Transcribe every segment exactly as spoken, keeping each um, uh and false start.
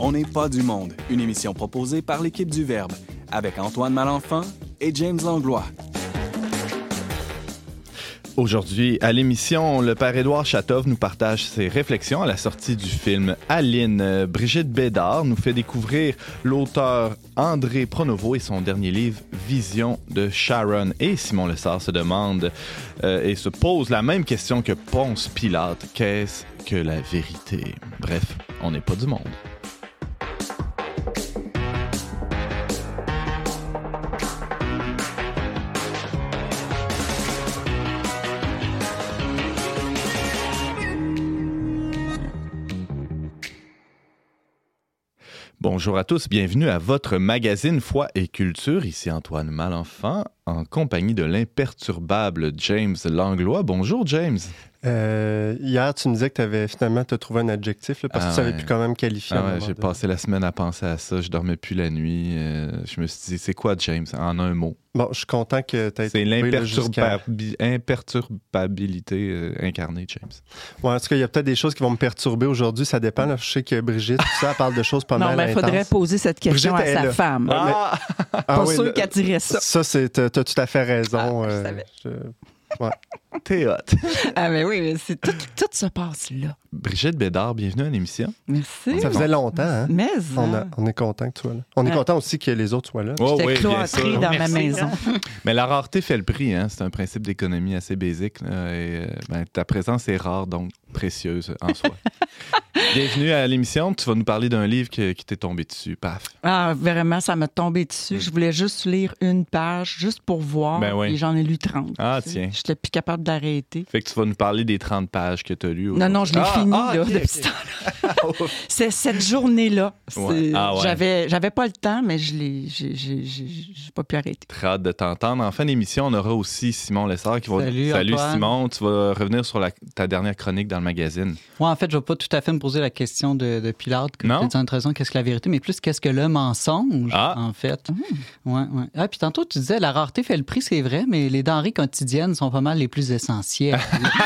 On n'est pas du monde, une émission proposée par l'équipe du Verbe, avec Antoine Malenfant et James Langlois. Aujourd'hui, à l'émission, le père Édouard Chatov nous partage ses réflexions à la sortie du film Aline. Brigitte Bédard nous fait découvrir l'auteur André Pronovo et son dernier livre Vision de Sharon. Et Simon Lessard se demande euh, et se pose la même question que Ponce Pilate. Qu'est-ce que la vérité? Bref, on n'est pas du monde. Bonjour à tous, bienvenue à votre magazine Foi et Culture. Ici Antoine Malenfant, en compagnie de l'imperturbable James Langlois. Bonjour James. Euh, hier, tu me disais que tu avais finalement t'as trouvé un adjectif là, parce ah que tu savais ouais. plus quand même qualifier. Ah ouais, j'ai de... passé la semaine à penser à ça. Je dormais plus la nuit. Euh, je me suis dit, c'est quoi James en un mot? Bon, je suis content que tu aies C'est l'imperturbabilité l'imperturbabilité euh, incarnée, James. Ouais, en tout cas, il y a peut-être des choses qui vont me perturber aujourd'hui. Ça dépend. Là. Je sais que Brigitte, tout ça, elle parle de choses pas non, mal mais il faudrait poser cette question Brigitte à sa là. femme. Ah! Mais... Ah, pas oui, sûr le... qu'elle dirait ça. Ça, c'est, t'as, t'as tout à fait raison. Ah, je euh, savais. je... Ouais. T'es hot. Ah, mais oui, mais c'est tout, tout se passe là. Brigitte Bédard, bienvenue à l'émission. Merci. Ça faisait longtemps, hein? Mais on, a, on est content que tu sois là. On est ah. content aussi que les autres soient là. Oh, J'étais oui, cloîtrée dans Merci. ma maison. Mais la rareté fait le prix, hein? C'est un principe d'économie assez basique. Là, et, ben, ta présence est rare, donc précieuse en soi. Bienvenue à l'émission. Tu vas nous parler d'un livre que, qui t'est tombé dessus. Paf. Ah, vraiment, ça m'a tombé dessus. Mm. Je voulais juste lire une page, juste pour voir. Ben oui. Et j'en ai lu trente. Ah, tiens. Je n'étais plus capable d'arrêter. Fait que tu vas nous parler des trente pages que tu as lues. Non, non, je l'ai ah, fini ah, là, okay, depuis okay. ce temps-là. C'est cette journée-là. C'est... Ouais. Ah, ouais. J'avais, j'avais pas le temps, mais je l'ai, j'ai, j'ai, j'ai, j'ai pas pu arrêter. Très hâte de t'entendre. En fin d'émission, on aura aussi Simon Lessard qui va... Salut, Salut Antoine. Simon, tu vas revenir sur la... ta dernière chronique dans le magazine. Moi, en fait, je ne vais pas tout à fait me poser la question de, de Pilate, que non? tu as raison, qu'est-ce que la vérité, mais plus qu'est-ce que le mensonge, ah. en fait. Mmh. Ouais, ouais. Ah, puis tantôt, tu disais, la rareté fait le prix, c'est vrai, mais les denrées quotidiennes sont pas mal les plus essentielles.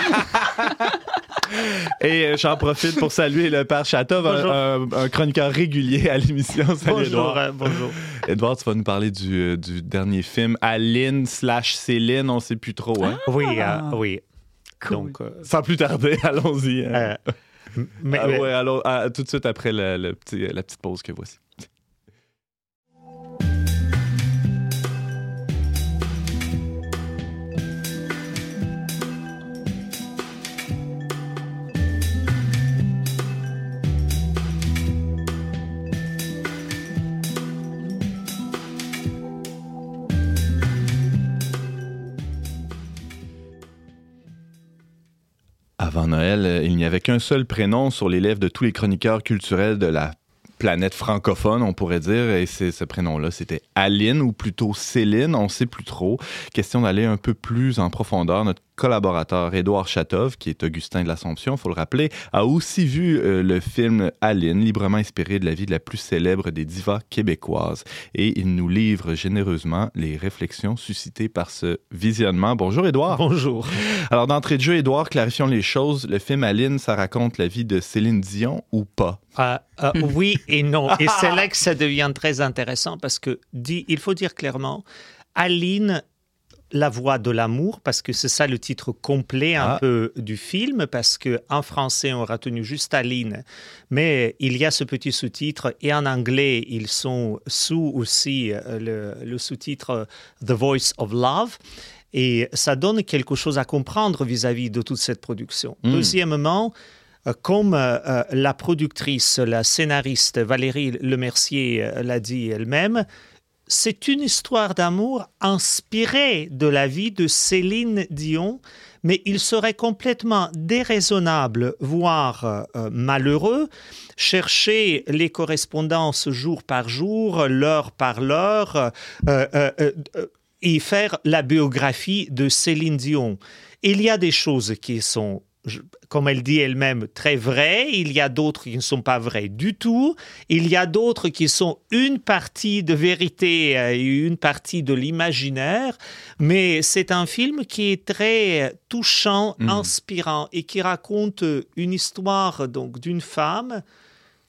Et euh, j'en profite pour saluer le père Chatov, un, un, un chroniqueur régulier à l'émission. Salut bonjour, Édouard. Euh, bonjour. Édouard, tu vas nous parler du, euh, du dernier film, Aline slash Céline, on ne sait plus trop. Hein? Ah, oui, euh, oui. Cool. Donc, euh, sans plus tarder, allons-y. Hein? Euh, mais, ah, mais... Ouais, alors, ah, tout de suite après le, le petit, la petite pause que voici. Avant Noël, il n'y avait qu'un seul prénom sur les lèvres de tous les chroniqueurs culturels de la planète francophone, on pourrait dire, et c'est, ce prénom-là, c'était Aline, ou plutôt Céline, on ne sait plus trop. Question d'aller un peu plus en profondeur. Notre collaborateur Édouard Chatov, qui est Augustin de l'Assomption, il faut le rappeler, a aussi vu euh, le film Aline, librement inspiré de la vie de la plus célèbre des divas québécoises. Et il nous livre généreusement les réflexions suscitées par ce visionnement. Bonjour Édouard. Bonjour. Alors d'entrée de jeu, Édouard, clarifions les choses. Le film Aline, ça raconte la vie de Céline Dion ou pas? Euh, euh, oui et non. Et c'est là que ça devient très intéressant parce que, dit, il faut dire clairement, Aline, la voix de l'amour, parce que c'est ça le titre complet un ah. peu du film, parce qu'en français, on aura tenu juste Aline, mais il y a ce petit sous-titre, et en anglais, ils sont sous aussi le, le sous-titre The Voice of Love. Et ça donne quelque chose à comprendre vis-à-vis de toute cette production. Mm. Deuxièmement, comme euh, la productrice, la scénariste Valérie Lemercier euh, l'a dit elle-même, c'est une histoire d'amour inspirée de la vie de Céline Dion, mais il serait complètement déraisonnable, voire euh, malheureux, chercher les correspondances jour par jour, l'heure par l'heure, euh, euh, euh, et faire la biographie de Céline Dion. Il y a des choses qui sont, comme elle dit elle-même, très vraies. Il y a d'autres qui ne sont pas vraies du tout. Il y a d'autres qui sont une partie de vérité et une partie de l'imaginaire. Mais c'est un film qui est très touchant, mmh. inspirant et qui raconte une histoire donc, d'une femme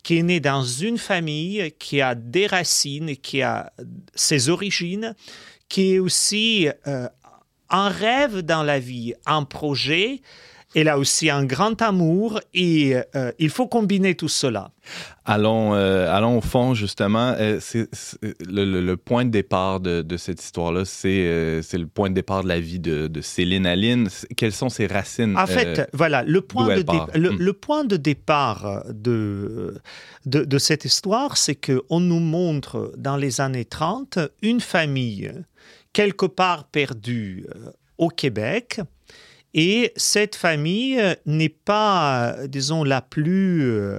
qui est né dans une famille, qui a des racines, qui a ses origines, qui est aussi euh, un rêve dans la vie, un projet. Elle a aussi un grand amour et euh, il faut combiner tout cela. Allons, euh, allons au fond, justement. Euh, c'est, c'est, le, le, le point de départ de, de cette histoire-là, c'est, euh, c'est le point de départ de la vie de, de Céline Aline. Quelles sont ses racines? En fait, euh, voilà, le point, de dé- le, hum. le point de départ de, de, de cette histoire, c'est qu'on nous montre dans les années trente une famille quelque part perdue euh, au Québec. Et cette famille n'est pas, disons, la plus euh,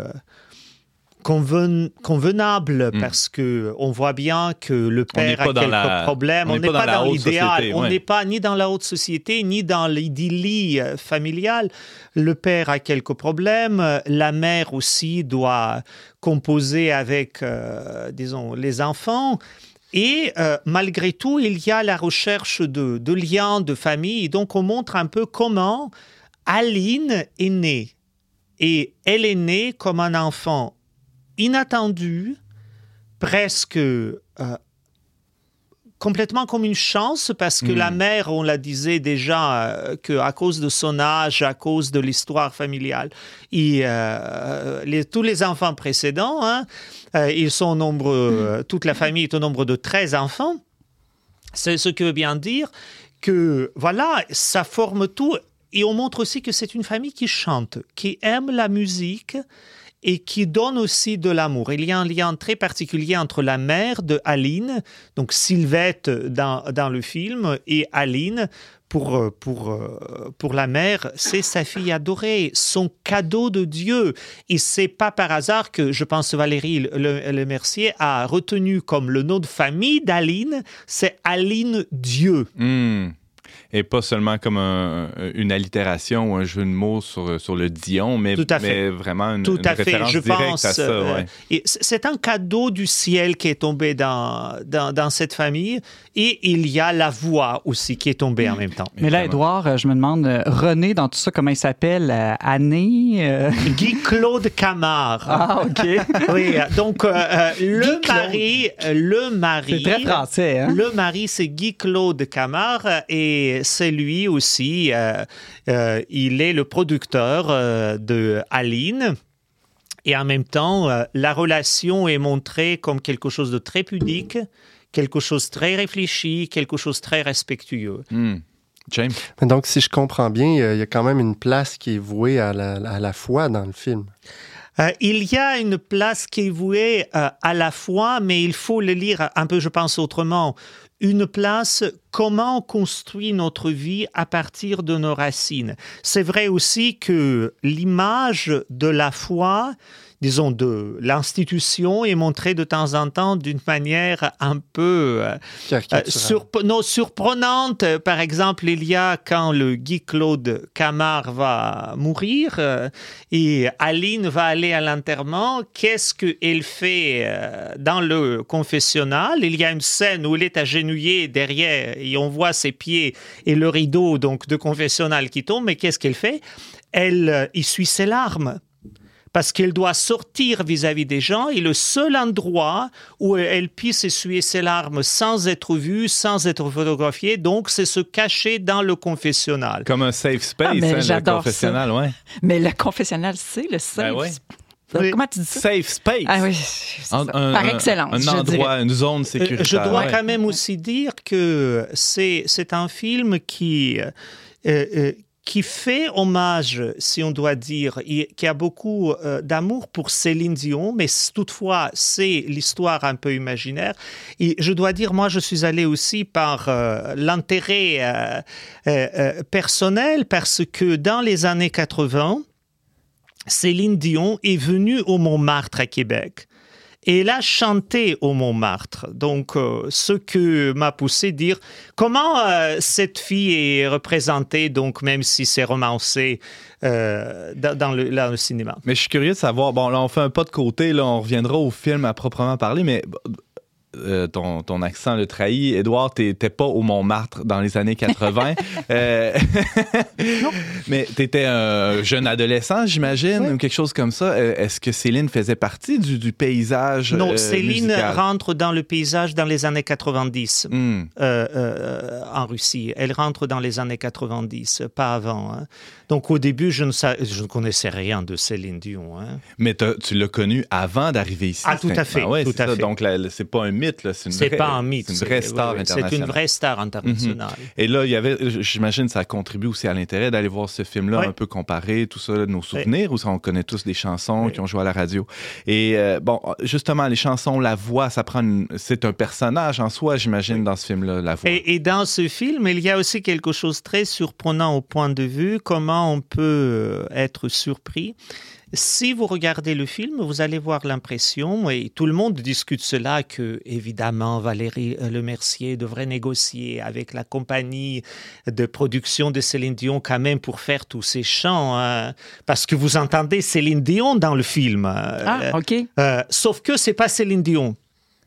conven- convenable mmh. parce qu'on voit bien que le père a quelques la... problèmes. On n'est pas, pas dans, dans l'idéal. Société, on n'est ouais. pas ni dans la haute société, ni dans l'idyllie familiale. Le père a quelques problèmes. La mère aussi doit composer avec, euh, disons, les enfants. Et euh, malgré tout, il y a la recherche de, de liens, de famille. Et donc, on montre un peu comment Aline est née. Et elle est née comme un enfant inattendu, presque euh, complètement comme une chance, parce que mmh. la mère, on la disait déjà, euh, qu'à cause de son âge, à cause de l'histoire familiale, et, euh, les, tous les enfants précédents, hein, euh, ils sont nombreux, mmh. toute la famille est au nombre de treize enfants. C'est ce que veut bien dire que, voilà, ça forme tout. Et on montre aussi que c'est une famille qui chante, qui aime la musique, et qui donne aussi de l'amour. Il y a un lien très particulier entre la mère de Aline, donc Sylvette dans, dans le film, et Aline. Pour, pour, pour la mère, c'est sa fille adorée, son cadeau de Dieu. Et c'est pas par hasard que, je pense, Valérie Le, Le Mercier a retenu comme le nom de famille d'Aline, c'est Aline Dieu. Mmh. Et pas seulement comme un, une allitération ou un jeu de mots sur, sur le Dion, mais, mais vraiment une, Tout une à référence fait. Je directe pense, à ça. Euh, ouais. et c'est un cadeau du ciel qui est tombé dans, dans, dans cette famille. Et il y a la voix aussi qui est tombée en même temps. Mais là, Édouard, je me demande, René, dans tout ça, comment il s'appelle? Euh, Anné? Euh... Guy-Claude Camard. Ah, OK. Oui, donc euh, le Guy mari, le mari... C'est très français, hein? Le mari, c'est Guy-Claude Camard et c'est lui aussi, euh, euh, il est le producteur euh, de Aline. Et en même temps, euh, la relation est montrée comme quelque chose de très pudique, quelque chose de très réfléchi, quelque chose de très respectueux. Mm. James? Donc, si je comprends bien, il y a quand même une place qui est vouée à la, à la foi dans le film. Euh, il y a une place qui est vouée euh, à la foi, mais il faut le lire un peu, je pense, autrement. Une place, comment on construit notre vie à partir de nos racines. C'est vrai aussi que l'image de la foi, disons, de l'institution est montrée de temps en temps d'une manière un peu euh, surp- non, surprenante. Par exemple, il y a quand le Guy-Claude Camard va mourir euh, et Aline va aller à l'enterrement. Qu'est-ce qu'elle fait euh, dans le confessionnal? Il y a une scène où elle est agenouillée derrière et on voit ses pieds et le rideau donc, de confessionnal qui tombe. Mais qu'est-ce qu'elle fait? Elle euh, essuie ses larmes. Parce qu'elle doit sortir vis-à-vis des gens et le seul endroit où elle puisse essuyer ses larmes sans être vue, sans être photographiée, donc c'est se cacher dans le confessionnal. Comme un safe space, ah, mais hein, j'adore le confessionnal, ça. ouais. Mais le confessionnal, c'est le safe ben ouais. space. Comment tu dis ça? Safe space. Ah oui, c'est un, ça. Un, Par un, excellence, un je endroit, dirais. une zone sécuritaire. Je dois ouais. quand même aussi dire que c'est, c'est un film qui... Euh, euh, qui fait hommage, si on doit dire, qui a beaucoup euh, d'amour pour Céline Dion, mais toutefois, c'est l'histoire un peu imaginaire. Et je dois dire, moi, je suis allé aussi par euh, l'intérêt euh, euh, personnel, parce que dans les années quatre-vingts, Céline Dion est venue au Montmartre à Québec. Et elle a chanté au Montmartre. Donc, euh, ce que m'a poussé à dire comment euh, cette fille est représentée, donc même si c'est romancé euh, dans, dans, le, dans le cinéma. Mais je suis curieux de savoir, bon, là, on fait un pas de côté, là, on reviendra au film à proprement parler, mais euh, ton, ton accent le trahit. Édouard, t'étais pas au Montmartre dans les années quatre-vingt. euh... non. Mais t'étais un jeune adolescent, j'imagine, oui. ou quelque chose comme ça. Est-ce que Céline faisait partie du, du paysage Non, euh, Céline musical? rentre dans le paysage dans les années quatre-vingt-dix mm. euh, euh, en Russie. Elle rentre dans les années quatre-vingt-dix, pas avant. Hein. Donc au début, je ne, sa... je ne connaissais rien de Céline Dion. Hein. Mais tu l'as connue avant d'arriver ici. Ah, tout à fait. Ah, ouais, tout c'est à ça. fait. Donc là, c'est pas un mythe, là. c'est une c'est vraie, pas un mythe, c'est une vraie star oui, oui, internationale. C'est une vraie star internationale. Mm-hmm. Et là, il y avait, j'imagine, ça a contribué aussi à l'intérêt d'aller voir ce film-là, oui. un peu comparé, tout ça, là, nos souvenirs, oui. où on connaît tous des chansons oui. qui ont joué à la radio. Et euh, bon, justement, les chansons, la voix, ça prend une... c'est un personnage en soi, j'imagine, oui. dans ce film-là, la voix. Et, et dans ce film, il y a aussi quelque chose de très surprenant au point de vue, comment on peut être surpris. Si vous regardez le film, vous allez voir l'impression, et tout le monde discute cela, que évidemment Valérie Lemercier devrait négocier avec la compagnie de production de Céline Dion quand même pour faire tous ces chants, hein, parce que vous entendez Céline Dion dans le film. Ah, ok. Euh, sauf que c'est pas Céline Dion.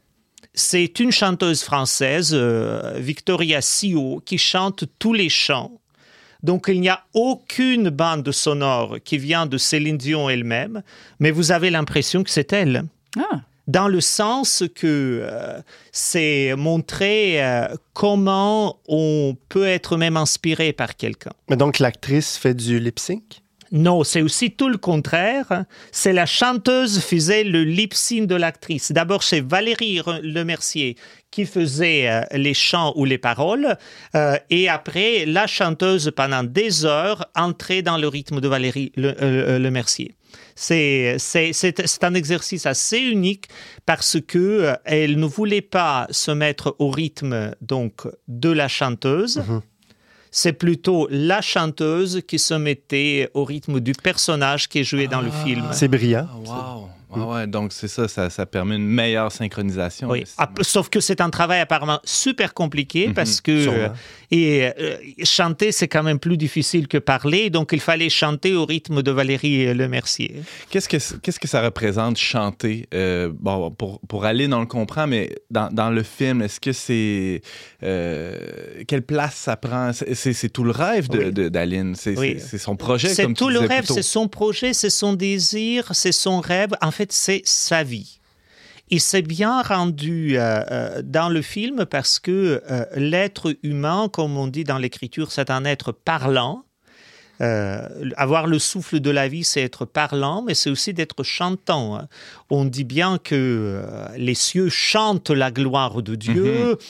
C'est une chanteuse française, euh, Victoria Sio, qui chante tous les chants. Donc, il n'y a aucune bande sonore qui vient de Céline Dion elle-même, mais vous avez l'impression que c'est elle. Ah. Dans le sens que euh, c'est montrer euh, comment on peut être même inspiré par quelqu'un. Mais donc, l'actrice fait du lip-sync? Non, c'est aussi tout le contraire. C'est la chanteuse qui faisait le lip-sync de l'actrice. D'abord, c'est Valérie Lemercier qui faisait euh, les chants ou les paroles. Euh, et après, la chanteuse, pendant des heures, entrait dans le rythme de Valérie Le, euh, Lemercier. C'est, c'est, c'est, c'est un exercice assez unique parce qu'elle euh, ne voulait pas se mettre au rythme donc, de la chanteuse. Mm-hmm. C'est plutôt la chanteuse qui se mettait au rythme du personnage qui est joué ah, dans le film. C'est brillant. Wow. Ah ouais, donc c'est ça, ça, ça permet une meilleure synchronisation. Oui. Ah, sauf que c'est un travail apparemment super compliqué mm-hmm. parce que euh, et, euh, chanter, c'est quand même plus difficile que parler, donc il fallait chanter au rythme de Valérie Lemercier. Qu'est-ce que, qu'est-ce que ça représente, chanter? Euh, bon, pour, pour Aline, on le comprend, mais dans, dans le film, est-ce que c'est... Euh, quelle place ça prend? C'est, c'est, c'est tout le rêve de, oui. de, d'Aline, c'est, oui. c'est, c'est son projet, c'est comme tout tu le disais rêve, plus tôt. C'est son projet, c'est son désir, c'est son rêve. En fait, c'est sa vie. Il s'est bien rendu euh, euh, dans le film parce que euh, l'être humain, comme on dit dans l'écriture, c'est un être parlant. Euh, avoir le souffle de la vie, c'est être parlant, mais c'est aussi d'être chantant. Hein. On dit bien que euh, les cieux chantent la gloire de Dieu, mm-hmm.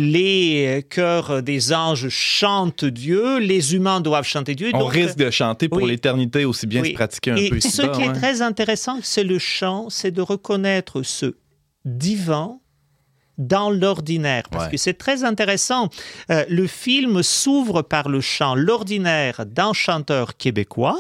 les chœurs des anges chantent Dieu, les humains doivent chanter Dieu. On donc, risque de chanter pour oui. l'éternité, aussi bien oui. se pratiquer un Et peu ici. Ce bas, qui ouais. est très intéressant, c'est le chant, c'est de reconnaître ce divin dans l'ordinaire, parce ouais. que c'est très intéressant. Euh, le film s'ouvre par le chant, l'ordinaire d'un chanteur québécois,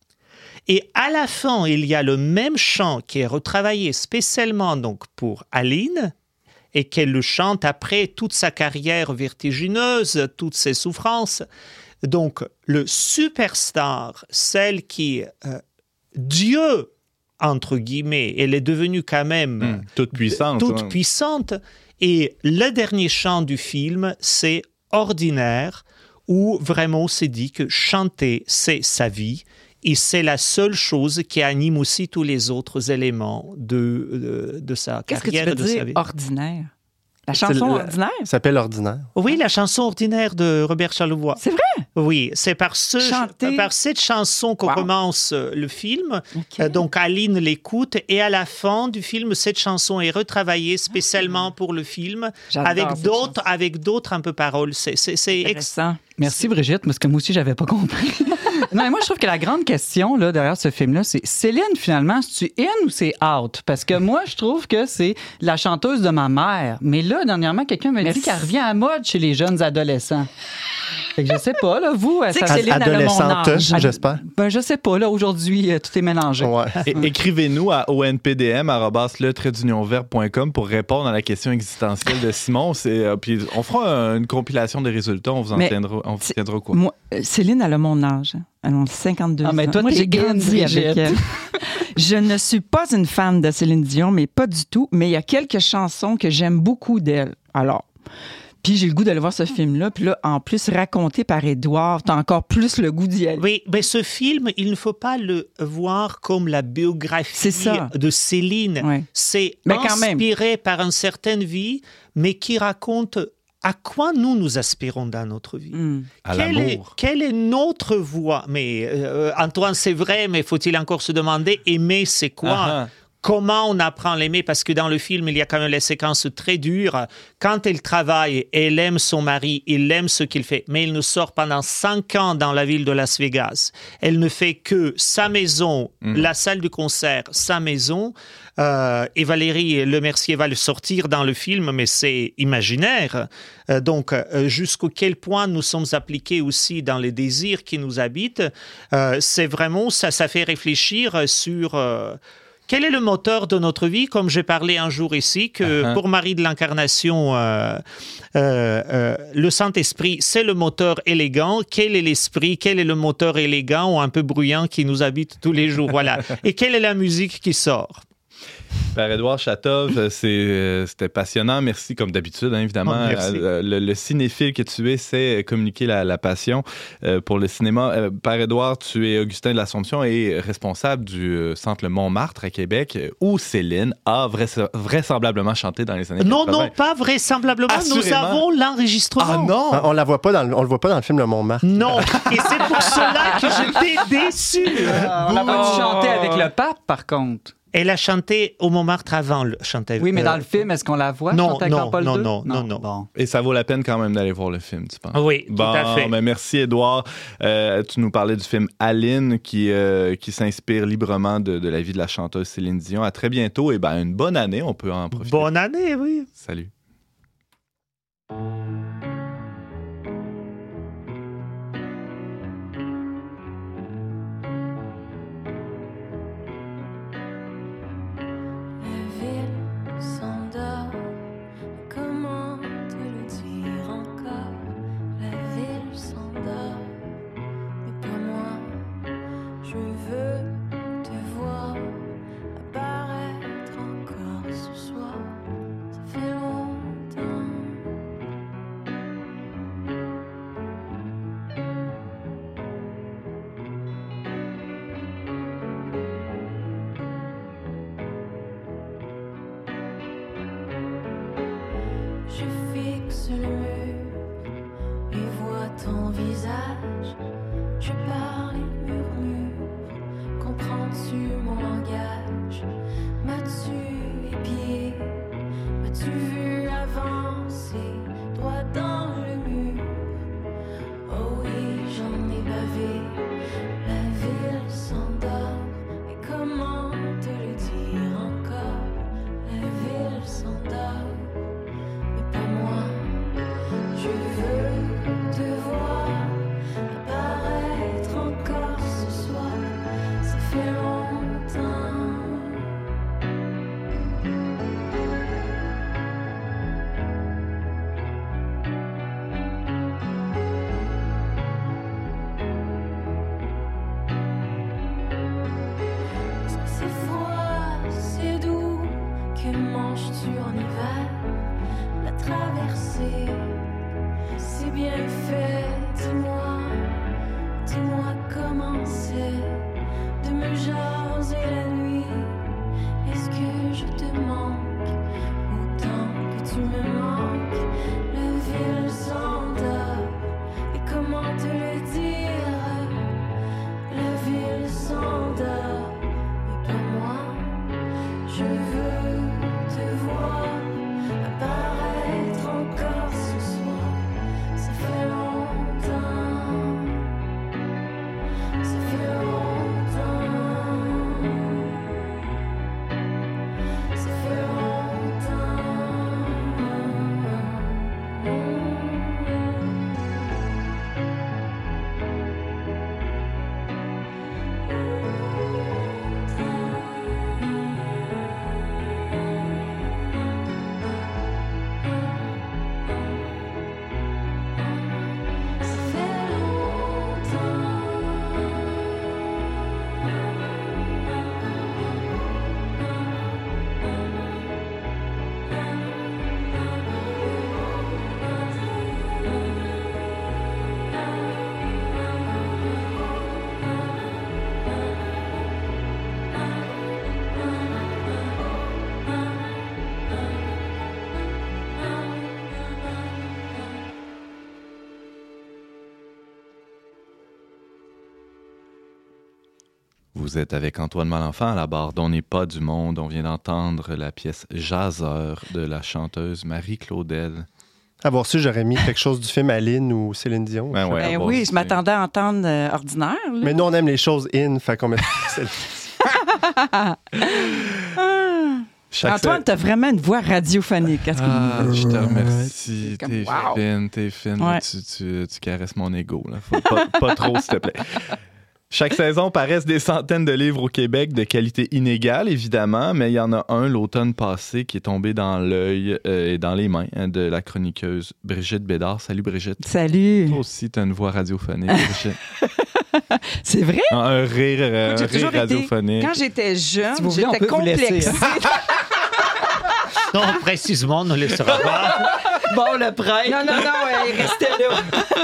et à la fin, il y a le même chant qui est retravaillé spécialement donc pour Aline, et qu'elle le chante après toute sa carrière vertigineuse, toutes ses souffrances. Donc, le superstar, celle qui, euh, Dieu, entre guillemets, elle est devenue quand même mmh, toute puissante. Toute ouais. puissante. Et le dernier chant du film, c'est Ordinaire, où vraiment on s'est dit que chanter, c'est sa vie. Et c'est la seule chose qui anime aussi tous les autres éléments de, de, de sa Qu'est-ce carrière. Qu'est-ce que tu veux de dire, sa vie. Ordinaire? La chanson le, Ordinaire? Ça s'appelle Ordinaire. Oui, la chanson Ordinaire de Robert Charlevoix. C'est vrai? Oui, c'est par, ce, par cette chanson qu'on wow. commence le film. Okay. Euh, donc, Aline l'écoute et à la fin du film, cette chanson est retravaillée spécialement ah. pour le film avec d'autres, avec d'autres un peu paroles. C'est, c'est, c'est intéressant. Ex- Merci Brigitte, parce que moi aussi, j'avais pas compris. Non, mais moi, je trouve que la grande question là, derrière ce film-là, c'est Céline, finalement, c'est-tu in ou c'est out? Parce que moi, je trouve que c'est la chanteuse de ma mère. Mais là, dernièrement, quelqu'un m'a dit qu'elle revient à mode chez les jeunes adolescents. Fait que je sais pas, là, vous, ça, Ad- Céline, elle a mon âge. J'espère. Ben, je sais pas, là, aujourd'hui, tout est mélangé. Ouais. É- écrivez-nous à o n p d m arobase le trait d'union verbe point com pour répondre à la question existentielle de Simon. C'est, euh, puis on fera un, une compilation des résultats, on vous en mais tiendra, on vous tiendra au courant. Moi, Céline, elle a mon âge. Elle a cinquante-deux ah, mais ans. toi, moi, j'ai grandi Brigitte. avec elle. Je ne suis pas une fan de Céline Dion, mais pas du tout. Mais il y a quelques chansons que j'aime beaucoup d'elle. Alors, puis j'ai le goût d'aller voir ce film-là. Puis là, en plus, raconté par Édouard, t'as encore plus le goût d'y aller. Oui, mais ce film, il ne faut pas le voir comme la biographie de Céline. Ouais. C'est mais quand inspiré même. par une certaine vie, mais qui raconte à quoi nous nous aspirons dans notre vie. Mm. À quelle l'amour. Est, quelle est notre voie? Mais euh, Antoine, c'est vrai, mais faut-il encore se demander, aimer, c'est quoi? Uh-huh. Comment on apprend à l'aimer? Parce que dans le film, il y a quand même les séquences très dures. Quand elle travaille, elle aime son mari, il aime ce qu'il fait, mais il nous sort pendant cinq ans dans la ville de Las Vegas. Elle ne fait que sa maison, mmh. la salle du concert, sa maison. Euh, et Valérie Lemercier va le sortir dans le film, mais c'est imaginaire. Euh, donc, euh, jusqu'à quel point nous sommes appliqués aussi dans les désirs qui nous habitent, euh, c'est vraiment, ça, ça fait réfléchir sur... Euh, Quel est le moteur de notre vie? Comme j'ai parlé un jour ici, que uh-huh. pour Marie de l'Incarnation, euh, euh, euh, le Saint-Esprit, c'est le moteur élégant. Quel est l'esprit? Quel est le moteur élégant ou un peu bruyant qui nous habite tous les jours? Voilà. Et quelle est la musique qui sort? Père Édouard Chatov, c'est, c'était passionnant. Merci, comme d'habitude, hein, évidemment. Oh, merci. Le, le cinéphile que tu es sait communiquer la, la passion euh, pour le cinéma. Euh, Père Édouard, tu es Augustin de l'Assomption et responsable du Centre Le Montmartre à Québec, où Céline a vrais- vraisemblablement chanté dans les années non, quatre-vingts. Non, non, pas vraisemblablement. Assurément. Nous avons l'enregistrement. Ah non! On la voit pas dans le, on le voit pas dans le film Le Montmartre. Non, et c'est pour cela que j'étais déçu. Euh, on l'a pas dû chanter avec le pape, par contre. Elle a chanté au Montmartre avant le chanter. Oui, mais dans euh, le film, est-ce qu'on la voit non, chanter avec non, Jean-Paul non, deux? non, non, non. Bon. Et ça vaut la peine quand même d'aller voir le film, tu penses? Oui, tout bon, à fait. Ben merci, Édouard. Euh, tu nous parlais du film Aline qui, euh, qui s'inspire librement de, de la vie de la chanteuse Céline Dion. À très bientôt et ben une bonne année, on peut en profiter. Bonne année, oui. Salut. Je fixe le mur et vois ton visage. Je parle et murmure. Comprends-tu mon langage? M'as-tu épié? M'as-tu vu avancer droit dans le mur? Oh oui, j'en ai bavé. La ville s'endort. Et comment te le dire encore? La ville s'endort. Je veux te voir apparaître encore ce soir. Ça fait longtemps. Est-ce que c'est froid, c'est doux? Que manges-tu en hiver? La traversée. C'est bien fait, dis-moi, dis-moi comment c'est de me jaser la nuit. Est-ce que je te manque autant que tu me manques? La ville s'endort, et comment te le dire? La ville s'endort, mais pas moi. Je veux te voir apparaître encore ce soir. Ça fait longtemps. Vous êtes avec Antoine Malenfant à la barre d'On n'est pas du monde. On vient d'entendre la pièce Jazzeur de la chanteuse Marie Claudel. Avoir su, j'aurais mis quelque chose du film Aline ou Céline Dion. Ben ouais, Ben avoir oui, su. je m'attendais à entendre euh, Ordinaire. là. Mais nous, on aime les choses in, fait qu'on met Céline. Chaque Antoine, t'as vraiment une voix radiophonique. Est-ce que- Ah, je te remercie. C'est comme, T'es wow. fine, t'es fine. Ouais. Tu, tu, tu caresses mon ego. Là. Faut pas, pas trop, s'il te plaît. Chaque saison paraissent des centaines de livres au Québec de qualité inégale, évidemment, mais il y en a un l'automne passé qui est tombé dans l'œil euh, et dans les mains hein, de la chroniqueuse Brigitte Bédard. Salut Brigitte. Salut. Toi aussi, t'as une voix radiophonique, Brigitte. C'est vrai? un, un rire, euh, Écoute, j'ai un toujours rire été- radiophonique. Quand j'étais jeune, Si vous voulez, on j'étais peut vous laisser, complexée. Non, précisément, ne le sera pas. Bon, le prêtre. Non, non, non, elle restait là.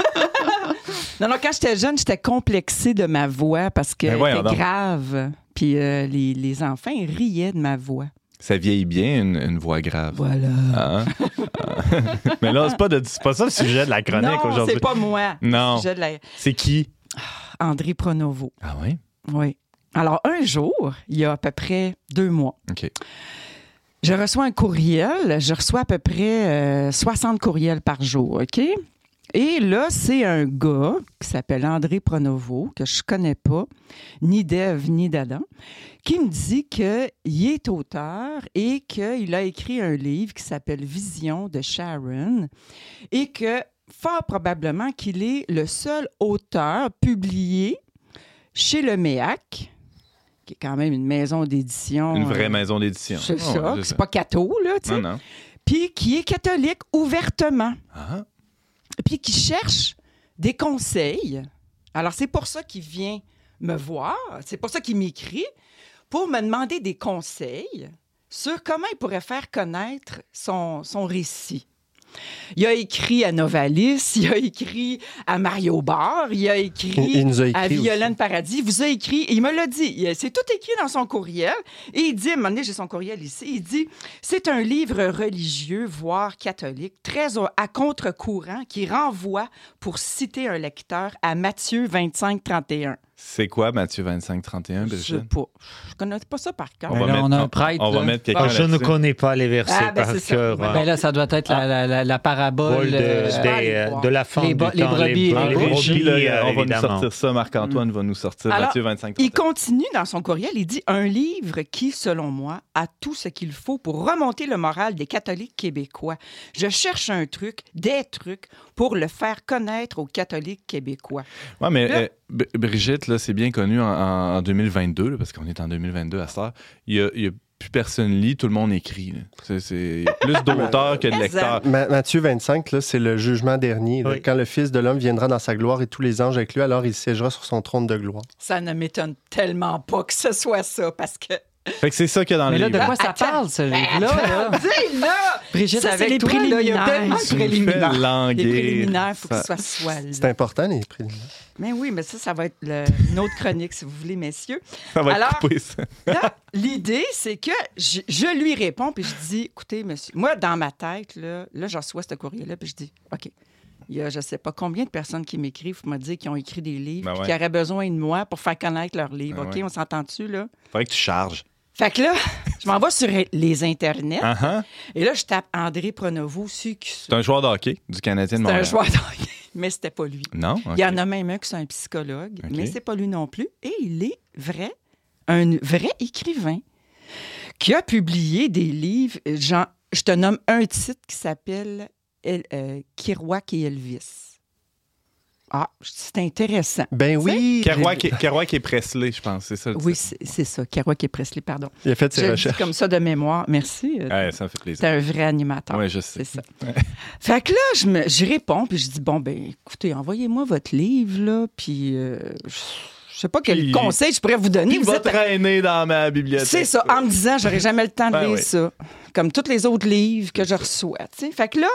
non, non, quand j'étais jeune, j'étais complexée de ma voix parce qu'elle Ben voyons était donc. grave. Puis euh, les, les enfants, ils riaient de ma voix. Ça vieillit bien, une, une voix grave. Voilà. Hein? Ah. Mais là, c'est pas, de, c'est pas ça le sujet de la chronique non, aujourd'hui. c'est pas moi. Non. Le sujet de la- C'est qui? André Pronovo. Ah oui? Oui. Alors, un jour, il y a à peu près deux mois, OK. je reçois un courriel. Je reçois à peu près euh, soixante courriels par jour, OK? Et là, c'est un gars qui s'appelle André Pronovo, que je connais pas, ni d'Ève, ni d'Adam, qui me dit qu'il est auteur et qu'il a écrit un livre qui s'appelle Vision de Sharon et que, fort probablement, qu'il est le seul auteur publié chez le M E A C, qui est quand même une maison d'édition. Une vraie euh, maison d'édition. C'est Ah ça, ouais, c'est pas catho, là, tu sais. Non, non. Puis qui est catholique ouvertement. Ah, Puis qui cherche des conseils. Alors, c'est pour ça qu'il vient me voir. C'est pour ça qu'il m'écrit, pour me demander des conseils sur comment il pourrait faire connaître son, son récit. Il a écrit à Novalis, il a écrit à Mario Barre, il a écrit, Il- il nous a écrit à Violaine aussi. Paradis. Il vous a écrit, il me l'a dit. Il- C'est tout écrit dans son courriel. Et il dit, à un moment donné, j'ai son courriel ici, il dit, c'est un livre religieux, voire catholique, très au- à contre-courant, qui renvoie, pour citer un lecteur, à Matthieu vingt-cinq trente et un. c'est quoi Matthieu vingt-cinq trente et un, Je sais Brigitte? pas. Je connais pas ça par cœur. On Ben va là, mettre, on a un prêtre, On va là. mettre quelqu'un Ah, je ne là-dessus. connais pas les versets Ah, ben, par c'est ça. cœur. Ben, hein. Ben là, ça doit être la, la, la, la parabole. Paul de, euh, je vais aller des- voir. de la fin Les du bo- les temps, brebis, les, les brebis, Brebis, là, euh, on va nous évidemment. sortir ça. Marc-Antoine va nous sortir Alors, Matthieu vingt-cinq Il trente et un. continue dans son courriel, il dit « Un livre qui, selon moi, a tout ce qu'il faut pour remonter le moral des catholiques québécois. Je cherche un truc, des trucs, pour le faire connaître aux catholiques québécois. Ouais, mais Là- euh, B- Brigitte, là, c'est bien connu en, en- en deux mille vingt-deux, là, parce qu'on est en deux mille vingt-deux à cette heure. Il y a, il y a plus personne lit, tout le monde écrit. là. C'est, c'est- il y a plus d'auteurs que de Mais lecteurs. Ma- Matthieu vingt-cinq, là, c'est le jugement dernier. là. Oui. Quand le Fils de l'homme viendra dans sa gloire et tous les anges avec lui, alors il siégera sur son trône de gloire. » Ça ne m'étonne tellement pas que ce soit ça, parce que... Fait que c'est ça qu'il y a dans Mais le là, livre. de quoi ça Attends. parle, ce livre-là? là? Dis, là! Brigitte, Ça, c'est avec les toi, là, il y a préliminaires. tellement de Tu me fais préliminaires. languir. Les préliminaires, il faut que Ça- ce soit soit là. C'est important, les préliminaires. Mais oui, mais ça, ça va être le- une autre chronique, si vous voulez, messieurs. Ça va être Alors- coupé, ça. Là, l'idée, c'est que je, je lui réponds, puis je dis, écoutez, monsieur, moi, dans ma tête, là, là je reçois ce courrier-là, puis je dis, OK, il y a je sais pas combien de personnes qui m'écrivent pour me dire qu'ils ont écrit des livres, Ben puis ouais. qui auraient besoin de moi pour faire connaître leurs livres. Ben OK, ouais. on s'entend-tu, là? Faudrait que tu charges. Fait que là, je m'en vais sur les internets, Ah, ah. et là, je tape André Pronovo, C Q C. C'est un joueur de hockey du Canadien de C'est un Montréal. joueur de hockey, mais c'était pas lui. Non? Il y en a même un qui est un psychologue, OK. mais c'est pas lui non plus. Et il est vrai, un vrai écrivain qui a publié des livres. Genre, je te nomme un titre qui s'appelle El- euh, Kerouac et Elvis. Ah, c'est intéressant. Ben oui! Kerouac et, Kerouac et Presley, je pense. C'est ça. le Oui, titre. c'est c'est ça, Kerouac et Presley, pardon. Il a fait Je ses le dis recherches. comme ça de mémoire. Merci. euh, Ouais, ça me fait plaisir. T'es un vrai animateur. Oui, je sais. C'est ça. Fait que là, je, me, je réponds, puis je dis, bon, ben écoutez, envoyez-moi votre livre, là, puis euh, je je sais pas quel Puis- conseil je pourrais vous donner. Il Vous va êtes- traîner dans ma bibliothèque. C'est ça, en me disant, j'aurais jamais le temps de Ben lire oui. ça. Comme tous les autres livres que je reçois, tu sais. Fait que là,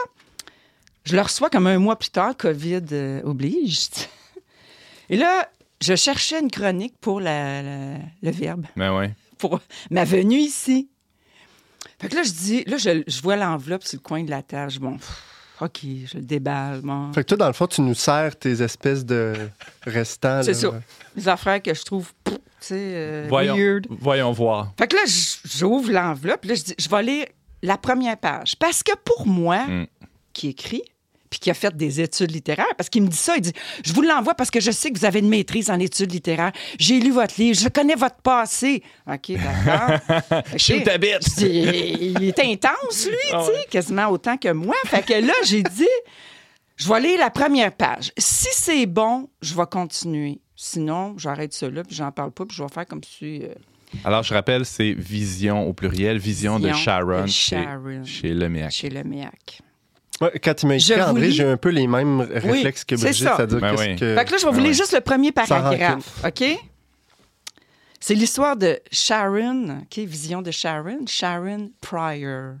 je le reçois comme un mois plus tard, COVID euh, oblige. tu sais. Et là, je cherchais une chronique pour la- la- le Verbe, Ben ouais. pour ma venue ici. Fait que là, je dis, là, je, je vois l'enveloppe sur le coin de la table. Je dis, bon, pff, OK, je le déballe. Bon. Fait que toi, dans le fond, tu nous sers tes espèces de restants. C'est là. ça. Les affaires que je trouve pff, tu sais, euh, Voyons, weird. voyons voir. Fait que là, j- j'ouvre l'enveloppe, là, je dis, je vais lire la première page. Parce que pour moi, Mm. qui écrit, puis qui a fait des études littéraires, parce qu'il me dit ça, il dit, je vous l'envoie parce que je sais que vous avez une maîtrise en études littéraires. J'ai lu votre livre, je connais votre passé. OK, d'accord. Fait que, Shoot a bit. je dis, il est intense, lui, Ah tu sais, ouais. quasiment autant que moi. Fait que là, j'ai dit, je vais lire la première page. Si c'est bon, je vais continuer. Sinon, j'arrête ça là, puis j'en parle pas, puis je vais faire comme si... euh, Alors, je rappelle, c'est Vision au pluriel, Vision, de Vision Sharon, de chez- Sharon. Chez, Leméac. chez le Méac. Ouais, quand tu m'as écrit, Je vous André, lis. j'ai un peu les mêmes réflexes que c'est Brigitte, ça. c'est-à-dire Ben qu'est-ce oui. que... Fait que là, je vais vous Ah lire ouais. juste le premier Ça paragraphe, OK? C'est l'histoire de Sharon, OK, Vision de Sharon, Sharon Pryor.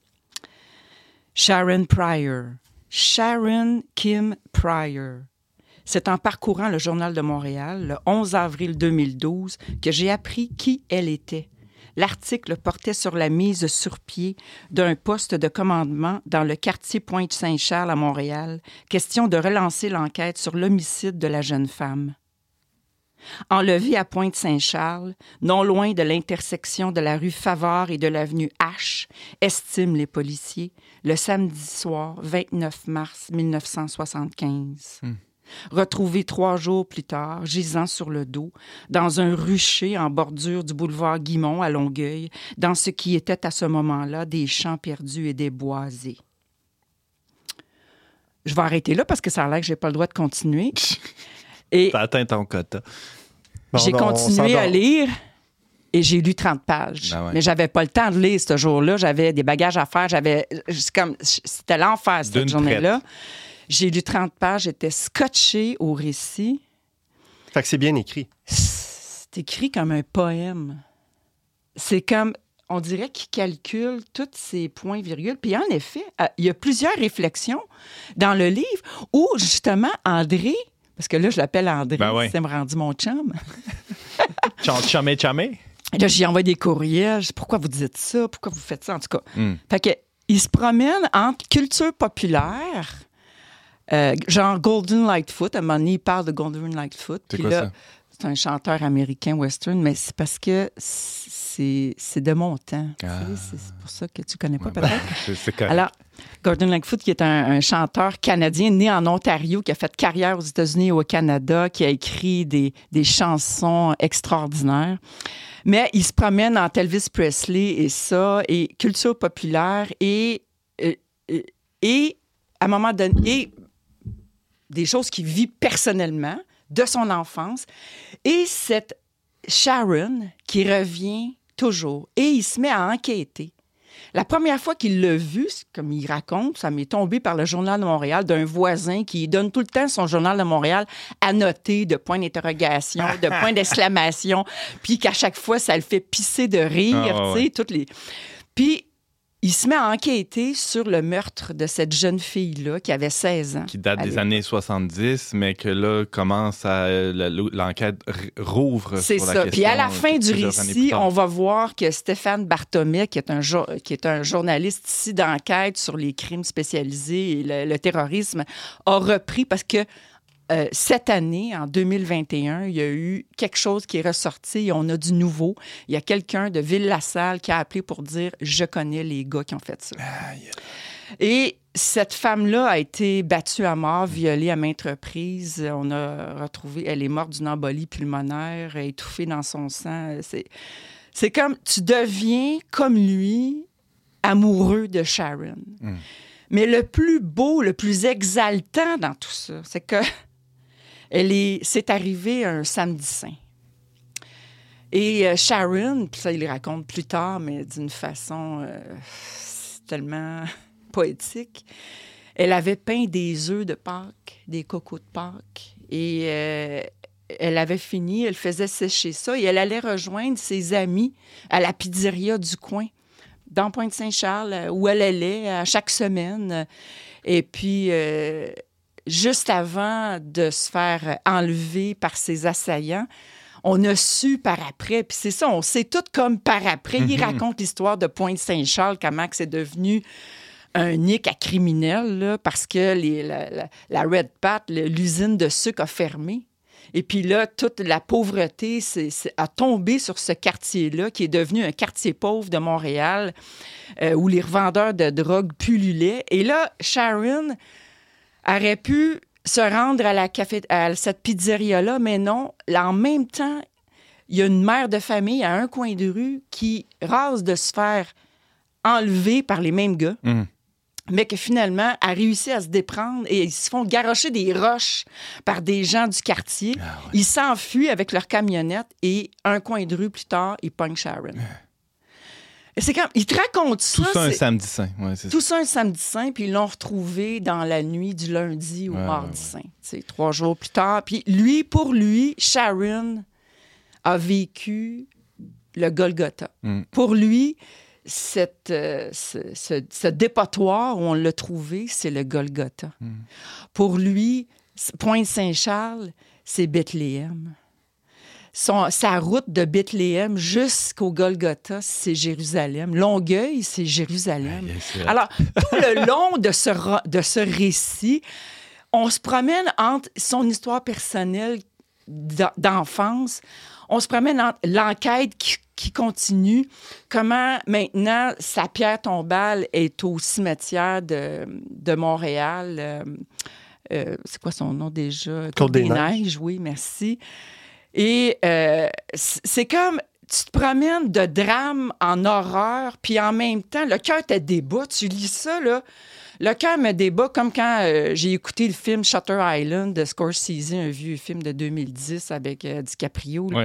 Sharon Pryor. Sharon Kim Pryor. C'est en parcourant le Journal de Montréal, le onze avril deux mille douze, que j'ai appris qui elle était. L'article portait sur la mise sur pied d'un poste de commandement dans le quartier Pointe-Saint-Charles à Montréal, question de relancer l'enquête sur l'homicide de la jeune femme. Enlevée à Pointe-Saint-Charles, non loin de l'intersection de la rue Favard et de l'avenue H, estiment les policiers, le samedi soir vingt-neuf mars mille neuf cent soixante-quinze. Hmm. Retrouvée trois jours plus tard, gisant sur le dos, dans un rucher en bordure du boulevard Guimont à Longueuil, dans ce qui était à ce moment-là des champs perdus et des boisés. Je vais arrêter là parce que ça a l'air que je n'ai pas le droit de continuer. Et T'as atteint ton quota. Bon, j'ai on- on continué à s'endort. lire et j'ai lu trente pages. Ben ouais. Mais j'avais pas le temps de lire ce jour-là. J'avais des bagages à faire. J'avais, c'est comme, c'était l'enfer cette D'une journée-là. J'ai lu trente pages. J'étais scotchée au récit. Fait que c'est bien écrit. C'est écrit comme un poème. C'est comme, on dirait qu'il calcule tous ces points virgules. Puis en effet, euh, il y a plusieurs réflexions dans le livre où justement André, parce que là je l'appelle André, Ben ouais. ça me rendu mon chum. Cham- Chamé, chamé. Là, j'y envoie des courriels. Je dis, pourquoi vous dites ça? Pourquoi vous faites ça? En tout cas. Mm. Fait que, il se promène entre culture populaire, euh, genre Golden Lightfoot. À un moment donné, il parle de Golden Lightfoot. C'est Puis quoi là, ça? c'est un chanteur américain western, mais c'est parce que c'est, c'est de mon temps. Tu sais, Ah. C'est c'est pour ça que tu connais pas, Ouais, ben, peut-être. c'est- c'est correct. Alors, Gordon Lightfoot, qui est un, un chanteur canadien né en Ontario, qui a fait carrière aux États-Unis et au Canada, qui a écrit des, des chansons extraordinaires. Mais il se promène entre Elvis Presley et ça, et culture populaire, et, et, et- et à un moment donné, et des choses qu'il vit personnellement de son enfance, et cette Sharon qui revient toujours, et il se met à enquêter. La première fois qu'il l'a vu, c'est comme il raconte, ça m'est tombé par le Journal de Montréal d'un voisin qui donne tout le temps son Journal de Montréal annoté de points d'interrogation, de points d'exclamation, puis qu'à chaque fois, ça le fait pisser de rire, Ah, ouais, tu sais, toutes les... Puis, il se met à enquêter sur le meurtre de cette jeune fille-là qui avait seize ans. Qui date à des l'époque. années soixante-dix, mais que là, commence à. la- l'enquête r- rouvre C'est sur la ça. question. Puis à la fin du plusieurs années plus récit, tard. on va voir que Stéphane Barthomé, qui est un, jo- qui est un journaliste ici d'enquête sur les crimes spécialisés et le, le terrorisme, a repris parce que euh, cette année, en deux mille vingt et un, il y a eu quelque chose qui est ressorti et on a du nouveau. Il y a quelqu'un de Ville-la-Salle qui a appelé pour dire « Je connais les gars qui ont fait ça ». Et cette femme-là a été battue à mort, violée à maintes reprises. On a retrouvé, elle est morte d'une embolie pulmonaire, étouffée dans son sang. C'est, c'est comme, tu deviens comme lui, amoureux de Sharon. Mm. Mais le plus beau, le plus exaltant dans tout ça, c'est que elle est, c'est arrivé un samedi saint. Et euh, Sharon, puis ça, il le raconte plus tard, mais d'une façon euh, tellement poétique, elle avait peint des œufs de Pâques, des cocos de Pâques, et euh, elle avait fini, elle faisait sécher ça, et elle allait rejoindre ses amis à la pizzeria du coin, dans Pointe-Saint-Charles, où elle allait à chaque semaine. Et puis, euh, juste avant de se faire enlever par ses assaillants, on a su par après, puis c'est ça, on sait tout comme par après. Il raconte l'histoire de Pointe-Saint-Charles, comment que c'est devenu un nick à criminels, là, parce que les, la, la, la Red Pat, le- l'usine de sucre a fermé. Et puis là, toute la pauvreté c'est, c'est, a tombé sur ce quartier-là, qui est devenu un quartier pauvre de Montréal, euh, où les revendeurs de drogue pullulaient. Et là, Sharon aurait pu se rendre à, la café, à cette pizzeria-là, mais non. Là, en même temps, il y a une mère de famille à un coin de rue qui rase de se faire enlever par les mêmes gars. Mmh. Mais que finalement, a réussi à se déprendre et ils se font garrocher des roches par des gens du quartier. Ah ouais. Ils s'enfuient avec leur camionnette et un coin de rue plus tard, ils pognent Sharon. Et c'est comme, ils te racontent ça. Tout ça un c'est... samedi saint. Ouais, c'est Tout ça. ça un samedi saint, puis ils l'ont retrouvé dans la nuit du lundi au ouais, mardi ouais, saint. C'est trois jours plus tard. Puis lui, pour lui, Sharon a vécu le Golgotha. Mm. Pour lui, Cette, euh, ce, ce, ce dépotoir où on l'a trouvé, c'est le Golgotha. Mm. Pour lui, Pointe-Saint-Charles, c'est Bethléem. Son, sa route de Bethléem jusqu'au Golgotha, c'est Jérusalem. Longueuil, c'est Jérusalem. Ah, yes, alors, tout le long de ce, de ce récit, on se promène entre son histoire personnelle d'enfance, on se promène entre l'enquête qui qui continue, comment maintenant sa pierre tombale est au cimetière de, de Montréal. Euh, euh, c'est quoi son nom déjà? Côte des, des Neiges. Neiges. Oui, merci. Et euh, c'est comme, tu te promènes de drame en horreur, puis en même temps, le cœur te débat. Tu lis ça, là, le cœur me débat comme quand euh, j'ai écouté le film Shutter Island de Scorsese, un vieux film de deux mille dix avec euh, DiCaprio. Là. Ouais.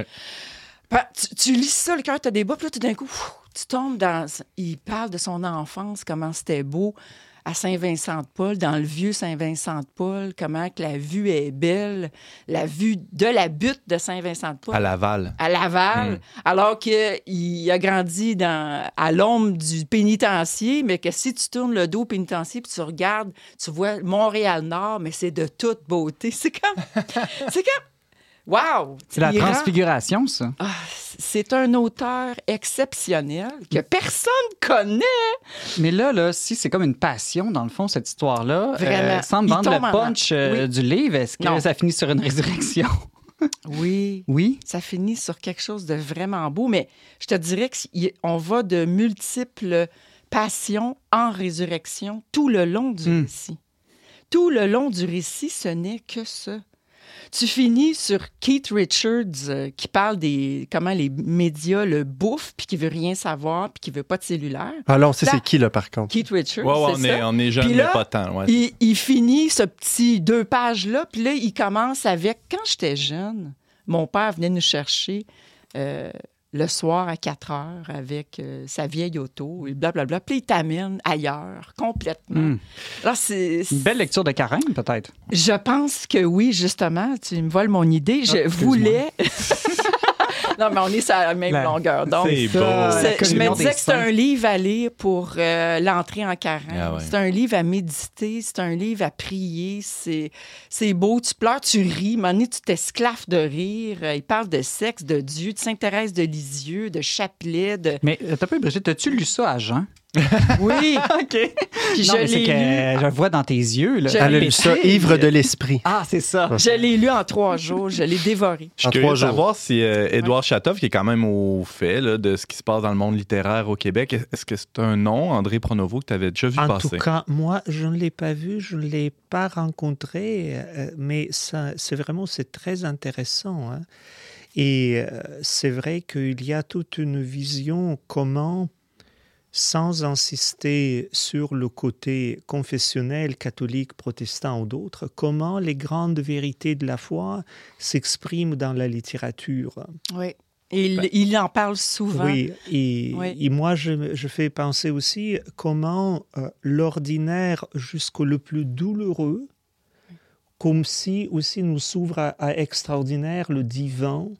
Tu, tu lis ça, le cœur te débat, puis là, tout d'un coup, pff, tu tombes dans... Il parle de son enfance, comment c'était beau à Saint-Vincent-de-Paul, dans le vieux Saint-Vincent-de-Paul, comment que la vue est belle, la vue de la butte de Saint-Vincent-de-Paul. À Laval. À Laval, mmh. alors qu'il a grandi dans, à l'ombre du pénitencier, mais que si tu tournes le dos au pénitencier puis tu regardes, tu vois Montréal-Nord, mais c'est de toute beauté. C'est comme... c'est comme... Wow! C'est la transfiguration, ça. Ah, c'est un auteur exceptionnel que personne connaît. Mais là, là, si c'est comme une passion, dans le fond, cette histoire-là, vraiment, euh, sans me vendre le punch euh, oui. du livre, est-ce que non. ça finit sur une résurrection? Oui. Oui. Ça finit sur quelque chose de vraiment beau, mais je te dirais qu'on va de multiples passions en résurrection tout le long du mm. récit. Tout le long du récit, ce n'est que ça. Tu finis sur Keith Richards euh, qui parle des comment les médias le bouffent puis qui veut rien savoir puis qui veut pas de cellulaire. Ah là, on sait là, c'est qui, là, par contre. Keith Richards, ouais, ouais, c'est on ça. Est, on est jeune, mais pas tant. Ouais, il, il finit ce petit deux pages-là, puis là, il commence avec « Quand j'étais jeune, mon père venait nous chercher euh, le soir à quatre heures avec euh, sa vieille auto, et blablabla. Puis il t'amène ailleurs, complètement. Mm. Alors, c'est, c'est... Une belle lecture de Karen, peut-être? Je pense que oui, justement. Tu me voles mon idée. Je oh, voulais... Non, mais on est sur la même la... longueur. Donc, c'est ça, beau. C'est... Je me disais que c'est un livre à lire pour euh, l'entrée en carême. Ah ouais. C'est un livre à méditer. C'est un livre à prier. C'est, c'est beau. Tu pleures, tu ris. À un moment donné, tu t'esclaves de rire. Il parle de sexe, de Dieu, de Sainte-Thérèse de Lisieux, de Chapelet. De... Mais t'as pas, Brigitte, as-tu lu ça à Jean? Oui. OK. Puis non, je mais c'est l'ai que lu. je le vois dans tes yeux. Là. Elle a lu ça, ivre de l'esprit. Ah, c'est ça. Je l'ai lu en trois jours. Je l'ai dévoré. Je suis en curieux trois de jours. savoir si euh, Édouard ouais. Chatoff, qui est quand même au fait là, de ce qui se passe dans le monde littéraire au Québec, est-ce que c'est un nom, André Pronovo, que tu avais déjà vu en passer? En tout cas, moi, je ne l'ai pas vu, je ne l'ai pas rencontré, euh, mais ça, c'est vraiment c'est très intéressant. Hein. Et euh, c'est vrai qu'il y a toute une vision comment... sans insister sur le côté confessionnel, catholique, protestant ou d'autres, comment les grandes vérités de la foi s'expriment dans la littérature. Oui, il, ben, il en parle souvent. Oui, et, oui. et moi, je, je fais penser aussi comment euh, l'ordinaire jusqu'au le plus douloureux, comme si aussi nous s'ouvre à, à extraordinaire le divin,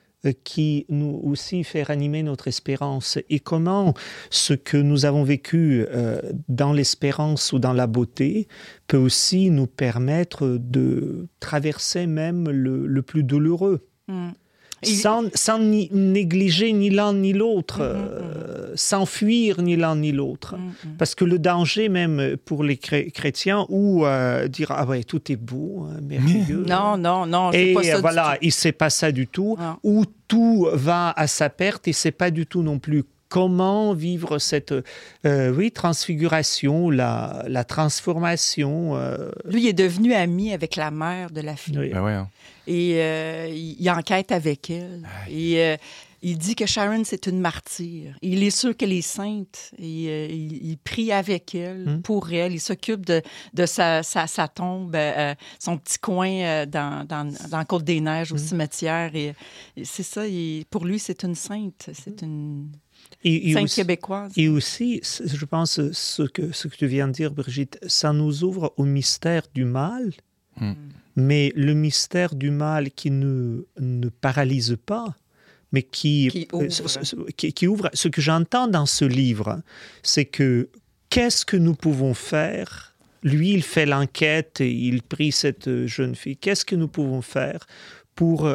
qui nous aussi fait ranimer notre espérance et comment ce que nous avons vécu euh, dans l'espérance ou dans la beauté peut aussi nous permettre de traverser même le, le plus douloureux. Mmh. Il- sans, sans ni- négliger ni l'un ni l'autre, Mhm, euh, sans fuir ni l'un ni l'autre. Mhm. Parce que le danger, même pour les chré- chrétiens, ou euh, dire ah ouais, tout est beau, hein, merveilleux. Non, non, non, c'est Et pas ça du voilà, tout. il sait pas ça du tout. Non. Ou tout va à sa perte et c'est pas du tout non plus comment vivre cette euh, oui transfiguration, la, la transformation. euh, Lui, il est devenu ami avec la mère de la fille. oui. Ben ouais, hein. Et euh, il, il enquête avec elle. Et euh, il dit que Sharon, c'est une martyre. Il est sûr qu'elle est sainte. Et euh, il, il prie avec elle, Mm. pour elle. Il s'occupe de, de sa, sa, sa tombe, euh, son petit coin euh, dans, dans, dans Côte-des-Neiges, au Mm. cimetière. Et, et c'est ça, il- pour lui, c'est une sainte. C'est une Et, et sainte aussi, québécoise. et aussi, c- je pense, ce que, ce que tu viens de dire, Brigitte, ça nous ouvre au mystère du mal, Mm. mais le mystère du mal qui ne, ne paralyse pas, mais qui, Qui euh, ouvre. ce- ce- qui- qui ouvre. Ce que j'entends dans ce livre, c'est que qu'est-ce que nous pouvons faire? Lui, il fait l'enquête et il prie cette jeune fille. Qu'est-ce que nous pouvons faire pour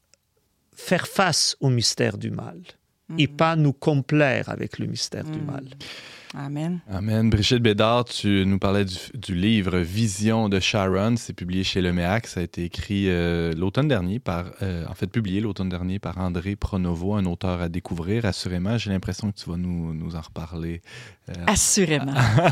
faire face au mystère du mal et Mhm. pas nous complaire avec le mystère du Mhm. mal? Amen. Amen. Brigitte Bédard, tu nous parlais du, du livre Vision de Sharon. C'est publié chez Le Méac. Ça a été écrit euh, l'automne dernier par, euh, en fait, publié l'automne dernier par André Pronovo, un auteur à découvrir. Assurément, j'ai l'impression que tu vas nous, nous en reparler. euh, Assurément.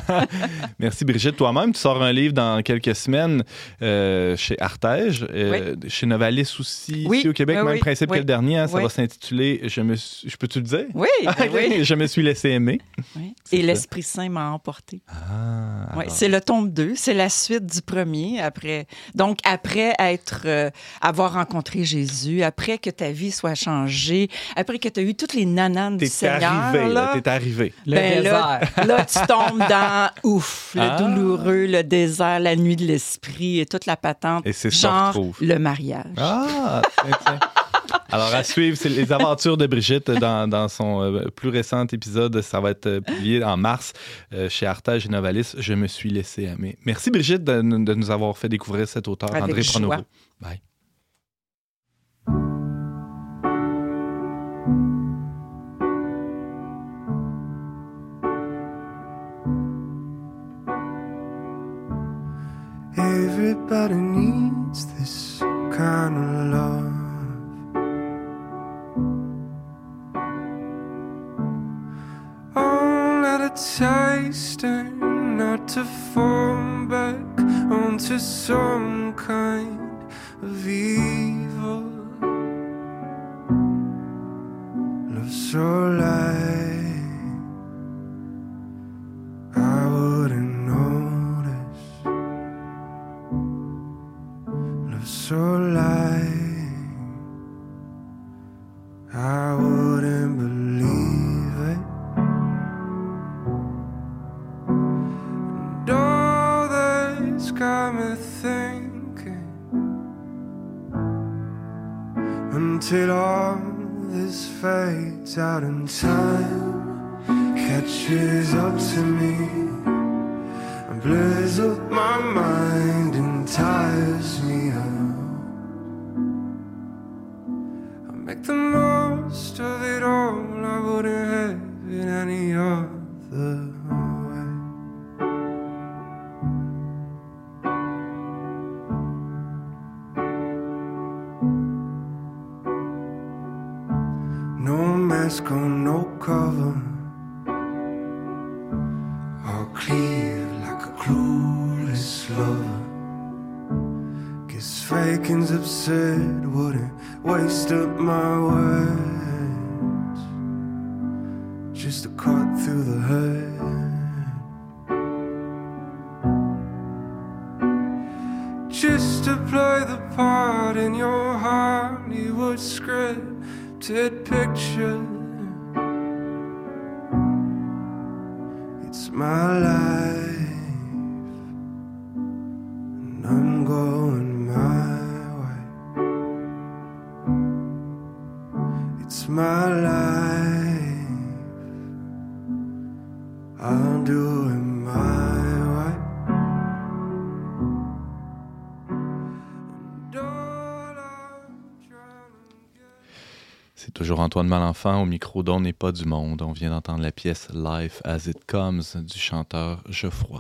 Merci Brigitte. Toi-même, tu sors un livre dans quelques semaines euh, chez Artege, euh, chez Novalis aussi, Oui, ici au Québec. oui, même oui, principe oui, que le dernier. hein, ça oui. va s'intituler Je me suis... Je peux-tu le dire? Oui, ben oui. Je me suis laissé aimer. Oui. C'est Et ça. l'Esprit Saint m'a emporté. Ah, Ouais, alors. c'est le tome deux, c'est la suite du premier. Après, donc, après être, euh, avoir rencontré Jésus, après que ta vie soit changée, après que tu as eu toutes les nananes du T'es Seigneur, arrivé, là. là, T'es arrivé. Le ben là, désert. là, tu tombes dans ouf, le Ah. douloureux, le désert, la nuit de l'esprit et toute la patente. Et c'est ça qu'on genre retrouve. le mariage. Ah, tiens, tiens. Alors, à suivre, c'est les aventures de Brigitte dans, dans son euh, plus récent épisode. Ça va être euh, publié en mars euh, chez Artege et Novalis. Je me suis laissé aimer. Merci, Brigitte, de, de nous avoir fait découvrir cet auteur, Avec André joie. Pronovo. Bye. Everybody needs this kind of love. Oh, let it taste and not to fall back onto some kind of evil. Love so light, I wouldn't notice. Love so light, I wouldn't believe it. And all this got me thinking, until all this fades out in time, catches up to me and blurs up my mind and tires me out. I make the most of it all, I wouldn't have it any other way. No mask on, no cover, all clear like a clueless lover. Guess faking's absurd, wouldn't waste up my words just to cut through the hurt. Just to play the part in your Hollywood scripted picture. It's my life, and I'm going my way. It's my life, I'll do it my way. And all I'm trying to get Toujours Antoine Malenfant au micro d'On n'est pas du monde. On vient d'entendre la pièce Life as it comes du chanteur Geoffroy.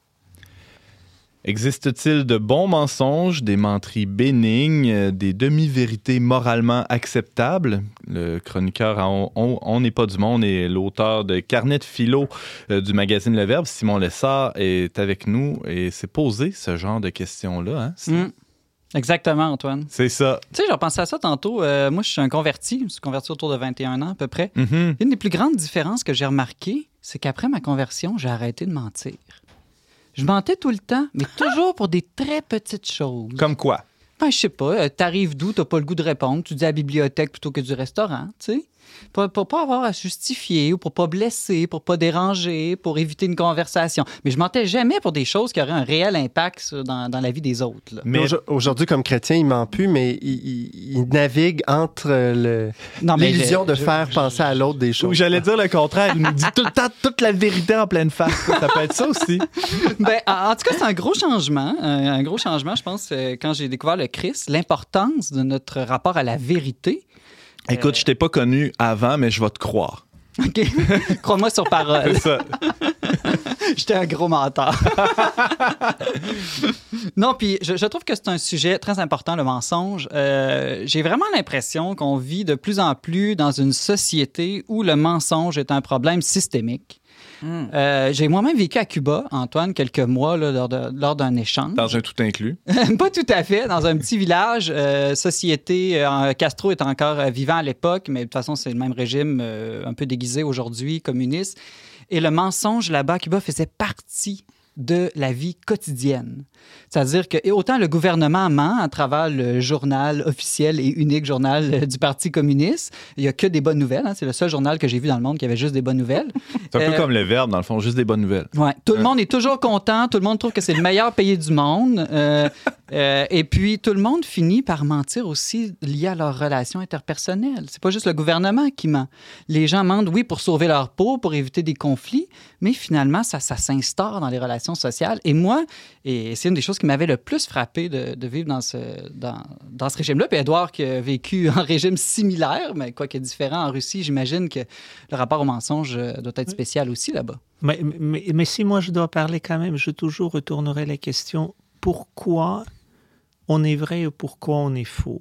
Existe-t-il de bons mensonges, des menteries bénignes, des demi-vérités moralement acceptables? Le chroniqueur à On n'est pas du monde et l'auteur de Carnet de philo euh, du magazine Le Verbe, Simon Lessard, est avec nous et s'est posé ce genre de questions-là. Hein, mmh. Exactement, Antoine. C'est ça. Tu sais, j'ai repensé à ça tantôt. Euh, moi, je suis un converti. Je me suis converti autour de vingt et un ans à peu près. Mm-hmm. Une des plus grandes différences que j'ai remarquées, c'est qu'après ma conversion, j'ai arrêté de mentir. Je mentais tout le temps, mais toujours pour des très petites choses. Comme quoi? Ben, je sais pas. Euh, t'arrives d'où? T'as pas le goût de répondre. Tu dis à la bibliothèque plutôt que du restaurant, tu sais. Pour, pour pas avoir à justifier ou pour pas blesser, pour pas déranger, pour éviter une conversation. Mais je mentais jamais pour des choses qui auraient un réel impact sur, dans, dans la vie des autres. Là. Mais aujourd'hui, comme chrétien, il ment plus, mais il, il, il navigue entre le, non, mais l'illusion je, de je, faire je, penser à l'autre des choses. Ou j'allais dire le contraire. Il nous dit tout le temps toute la vérité en pleine face. Ça peut être ça aussi. Ben, en tout cas, c'est un gros changement. Un, un gros changement, je pense, quand j'ai découvert le Christ, l'importance de notre rapport à la vérité. Écoute, je t'ai pas connu avant, mais je vais te croire. OK. Crois-moi sur parole. C'est ça. J'étais un gros menteur. Non, puis je, je trouve que c'est un sujet très important, le mensonge. Euh, j'ai vraiment l'impression qu'on vit de plus en plus dans une société où le mensonge est un problème systémique. Mm. Euh, j'ai moi-même vécu à Cuba, Antoine, quelques mois là, lors, de, lors d'un échange. Dans un tout inclus? Pas tout à fait. Dans un petit village, euh, société, euh, Castro est encore euh, vivant à l'époque, mais de toute façon, c'est le même régime euh, un peu déguisé aujourd'hui, communiste. Et le mensonge là-bas à Cuba faisait partie de la vie quotidienne. C'est-à-dire que et autant le gouvernement ment à travers le journal officiel et unique journal euh, du Parti communiste, il n'y a que des bonnes nouvelles. Hein. C'est le seul journal que j'ai vu dans le monde qui avait juste des bonnes nouvelles. C'est un euh, peu comme le Verbe, dans le fond, juste des bonnes nouvelles. Ouais. Tout le monde est toujours content, tout le monde trouve que c'est le meilleur pays du monde. Euh, euh, et puis, tout le monde finit par mentir aussi lié à leurs relations interpersonnelles. C'est pas juste le gouvernement qui ment. Les gens mentent, oui, pour sauver leur peau, pour éviter des conflits, mais finalement, ça, ça s'instaure dans les relations sociales. Et moi, et c'est une des choses qui m'avait le plus frappé de, de vivre dans ce, dans, dans ce régime-là. Puis Édouard qui a vécu un régime similaire, mais quoique différent en Russie, j'imagine que le rapport au mensonge doit être spécial aussi là-bas. Mais, mais, mais si moi je dois parler quand même, je toujours retournerai la question pourquoi on est vrai ou pourquoi on est faux.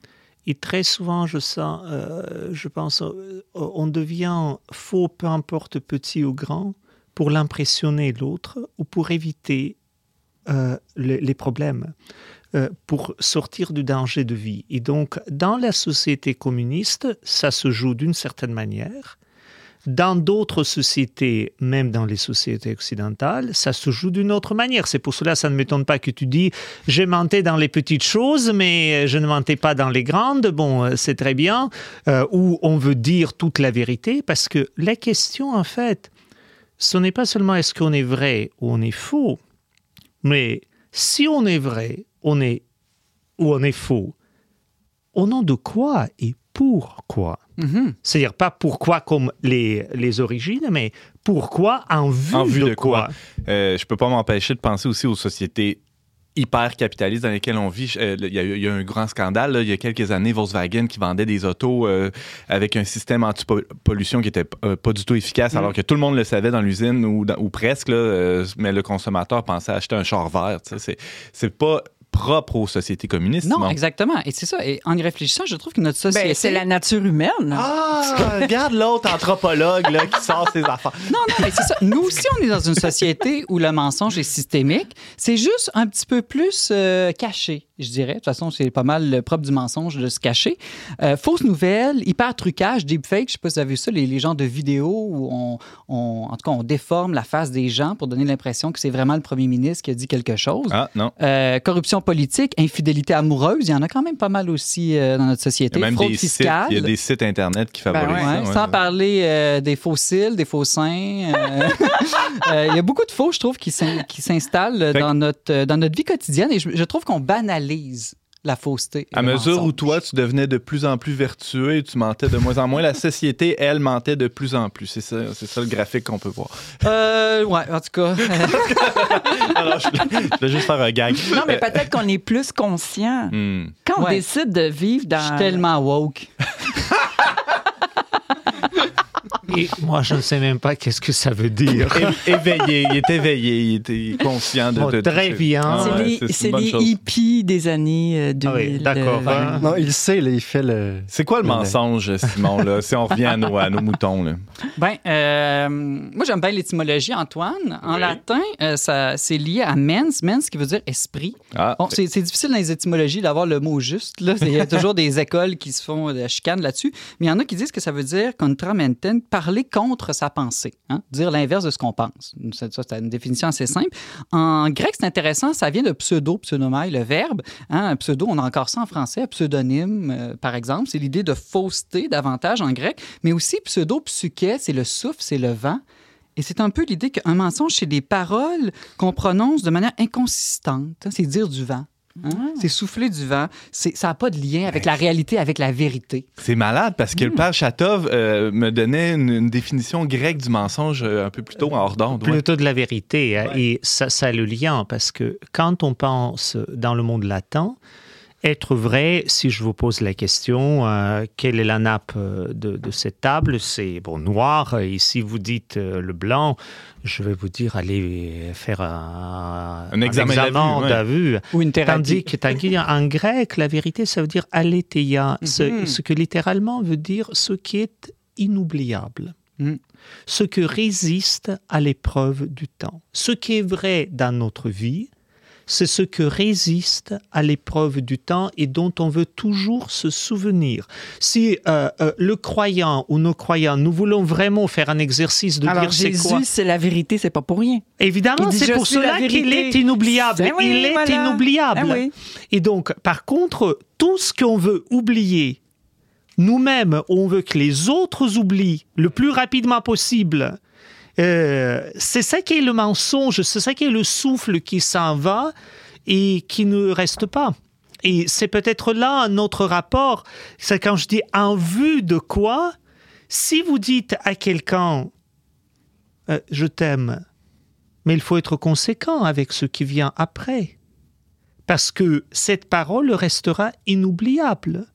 Et très souvent, je sens, euh, je pense, euh, on devient faux, peu importe petit ou grand, pour l'impressionner l'autre ou pour éviter euh, le, les problèmes, euh, pour sortir du danger de vie. Et donc, dans la société communiste, ça se joue d'une certaine manière. Dans d'autres sociétés, même dans les sociétés occidentales, ça se joue d'une autre manière. C'est pour cela que ça ne m'étonne pas que tu dis « j'ai menté dans les petites choses, mais je ne mentais pas dans les grandes ». Bon, c'est très bien. Euh, ou on veut dire toute la vérité, parce que la question, en fait, ce n'est pas seulement est-ce qu'on est vrai ou on est faux, mais si on est vrai on est, ou on est faux, au nom de quoi et pourquoi? Mm-hmm. C'est-à-dire pas pourquoi comme les, les origines, mais pourquoi en vue, en vue de, de quoi? quoi? Euh, je peux pas m'empêcher de penser aussi aux sociétés hyper capitalistes dans lesquelles on vit. Il euh, y, y, y a un grand scandale, là, il y a quelques années, Volkswagen qui vendait des autos euh, avec un système anti-pollution qui était euh, pas du tout efficace, mm. alors que tout le monde le savait dans l'usine ou, dans, ou presque, là, euh, mais le consommateur pensait acheter un char vert. C'est, c'est pas propre aux sociétés communistes. Non, bon. exactement. Et c'est ça. Et en y réfléchissant, je trouve que notre société... Ben, c'est la nature humaine. Ah, regarde l'autre anthropologue là, qui sort ses affaires. Non, non, mais c'est ça. Nous aussi, on est dans une société où le mensonge est systémique. C'est juste un petit peu plus euh, caché, je dirais. De toute façon, c'est pas mal le propre du mensonge de se cacher. Euh, fausses nouvelles, hyper trucage, deepfake. Je sais pas si vous avez vu ça, les, les genres de vidéos où on, on, en tout cas, on déforme la face des gens pour donner l'impression que c'est vraiment le premier ministre qui a dit quelque chose. Ah, non. Euh, corruption politique, infidélité amoureuse, il y en a quand même pas mal aussi euh, dans notre société. Il y a même fraude des fiscale. Sites, il y a des sites Internet qui favorisent ben ouais, ça. Ouais, ouais, sans ouais. parler euh, des faux cils, des faux seins. Euh, euh, il y a beaucoup de faux, je trouve, qui, s'in- qui s'installent Fait dans notre, dans notre vie quotidienne et je, je trouve qu'on banalise la fausseté. À mesure mensonge. Où toi, tu devenais de plus en plus vertueux et tu mentais de moins en moins, la société, elle, mentait de plus en plus. C'est ça, c'est ça le graphique qu'on peut voir. Euh, ouais, en tout cas. Alors, je, je vais juste faire un gag. Non, mais peut-être qu'on est plus conscient. Hmm. Quand on Ouais. décide de vivre dans... Je suis tellement woke. Et moi, je ne sais même pas qu'est-ce que ça veut dire. É- éveillé, il est éveillé, il était conscient de... Bon, de très de- bien. Ah C'est ouais, les, c'est une c'est bonne les chose. hippies des années euh, deux mille. Ah oui, d'accord. euh, hein. Non, il sait, là, il fait le... C'est quoi le mensonge, Simon, là, si on revient à nos, à nos moutons? Là? Ben, euh, moi, j'aime bien l'étymologie, Antoine. En Oui. latin, euh, ça, c'est lié à mens, mens qui veut dire esprit. Ah, Bon, c'est, c'est difficile dans les étymologies d'avoir le mot juste. Là. Il y a toujours des écoles qui se font de la chicane là-dessus. Mais il y en a qui disent que ça veut dire contramenten, parler contre sa pensée. Hein? Dire l'inverse de ce qu'on pense. Ça, ça, c'est une définition assez simple. En grec, c'est intéressant, ça vient de pseudo, pseudomai, le verbe. Hein? Pseudo, on a encore ça en français. Pseudonyme, euh, par exemple, c'est l'idée de fausseté davantage en grec. Mais aussi pseudo, psyché, c'est le souffle, c'est le vent. Et c'est un peu l'idée qu'un mensonge, c'est des paroles qu'on prononce de manière inconsistante. Hein? C'est dire du vent. Hein? C'est souffler du vent. C'est, ça n'a pas de lien avec la réalité, avec la vérité. c'est malade parce que le père Chatov euh, me donnait une, une définition grecque du mensonge euh, un peu plus tôt en hors d'onde. ouais. Plutôt de la vérité. hein. Et ça, ça a le lien, parce que quand on pense dans le monde latin, être vrai, si je vous pose la question, euh, quelle est la nappe euh, de, de cette table? C'est bon, noir. Et si vous dites euh, le blanc, je vais vous dire, allez faire un, Un examen de la vue, ouais. vue. Ou une thérapie. Tandis que tandis en grec, la vérité, ça veut dire aletheia, ce, Mhm. ce que littéralement veut dire ce qui est inoubliable. Mhm. Ce que résiste à l'épreuve du temps. Ce qui est vrai dans notre vie, c'est ce que résiste à l'épreuve du temps et dont on veut toujours se souvenir. Si euh, euh, le croyant ou nos croyants, nous voulons vraiment faire un exercice de Alors, dire c'est quoi. Jésus, c'est la vérité, c'est pas pour rien. Évidemment, Il dit, c'est je pour suis la cela qu'il vérité. est inoubliable. Ben oui, Il est voilà. inoubliable. Ben oui. Et donc, par contre, tout ce qu'on veut oublier, nous-mêmes, on veut que les autres oublient le plus rapidement possible. Euh, c'est ça qui est le mensonge, c'est ça qui est le souffle qui s'en va et qui ne reste pas. Et c'est peut-être là notre rapport. C'est quand je dis en vue de quoi, si vous dites à quelqu'un euh, je t'aime, mais il faut être conséquent avec ce qui vient après. Parce que cette parole restera inoubliable.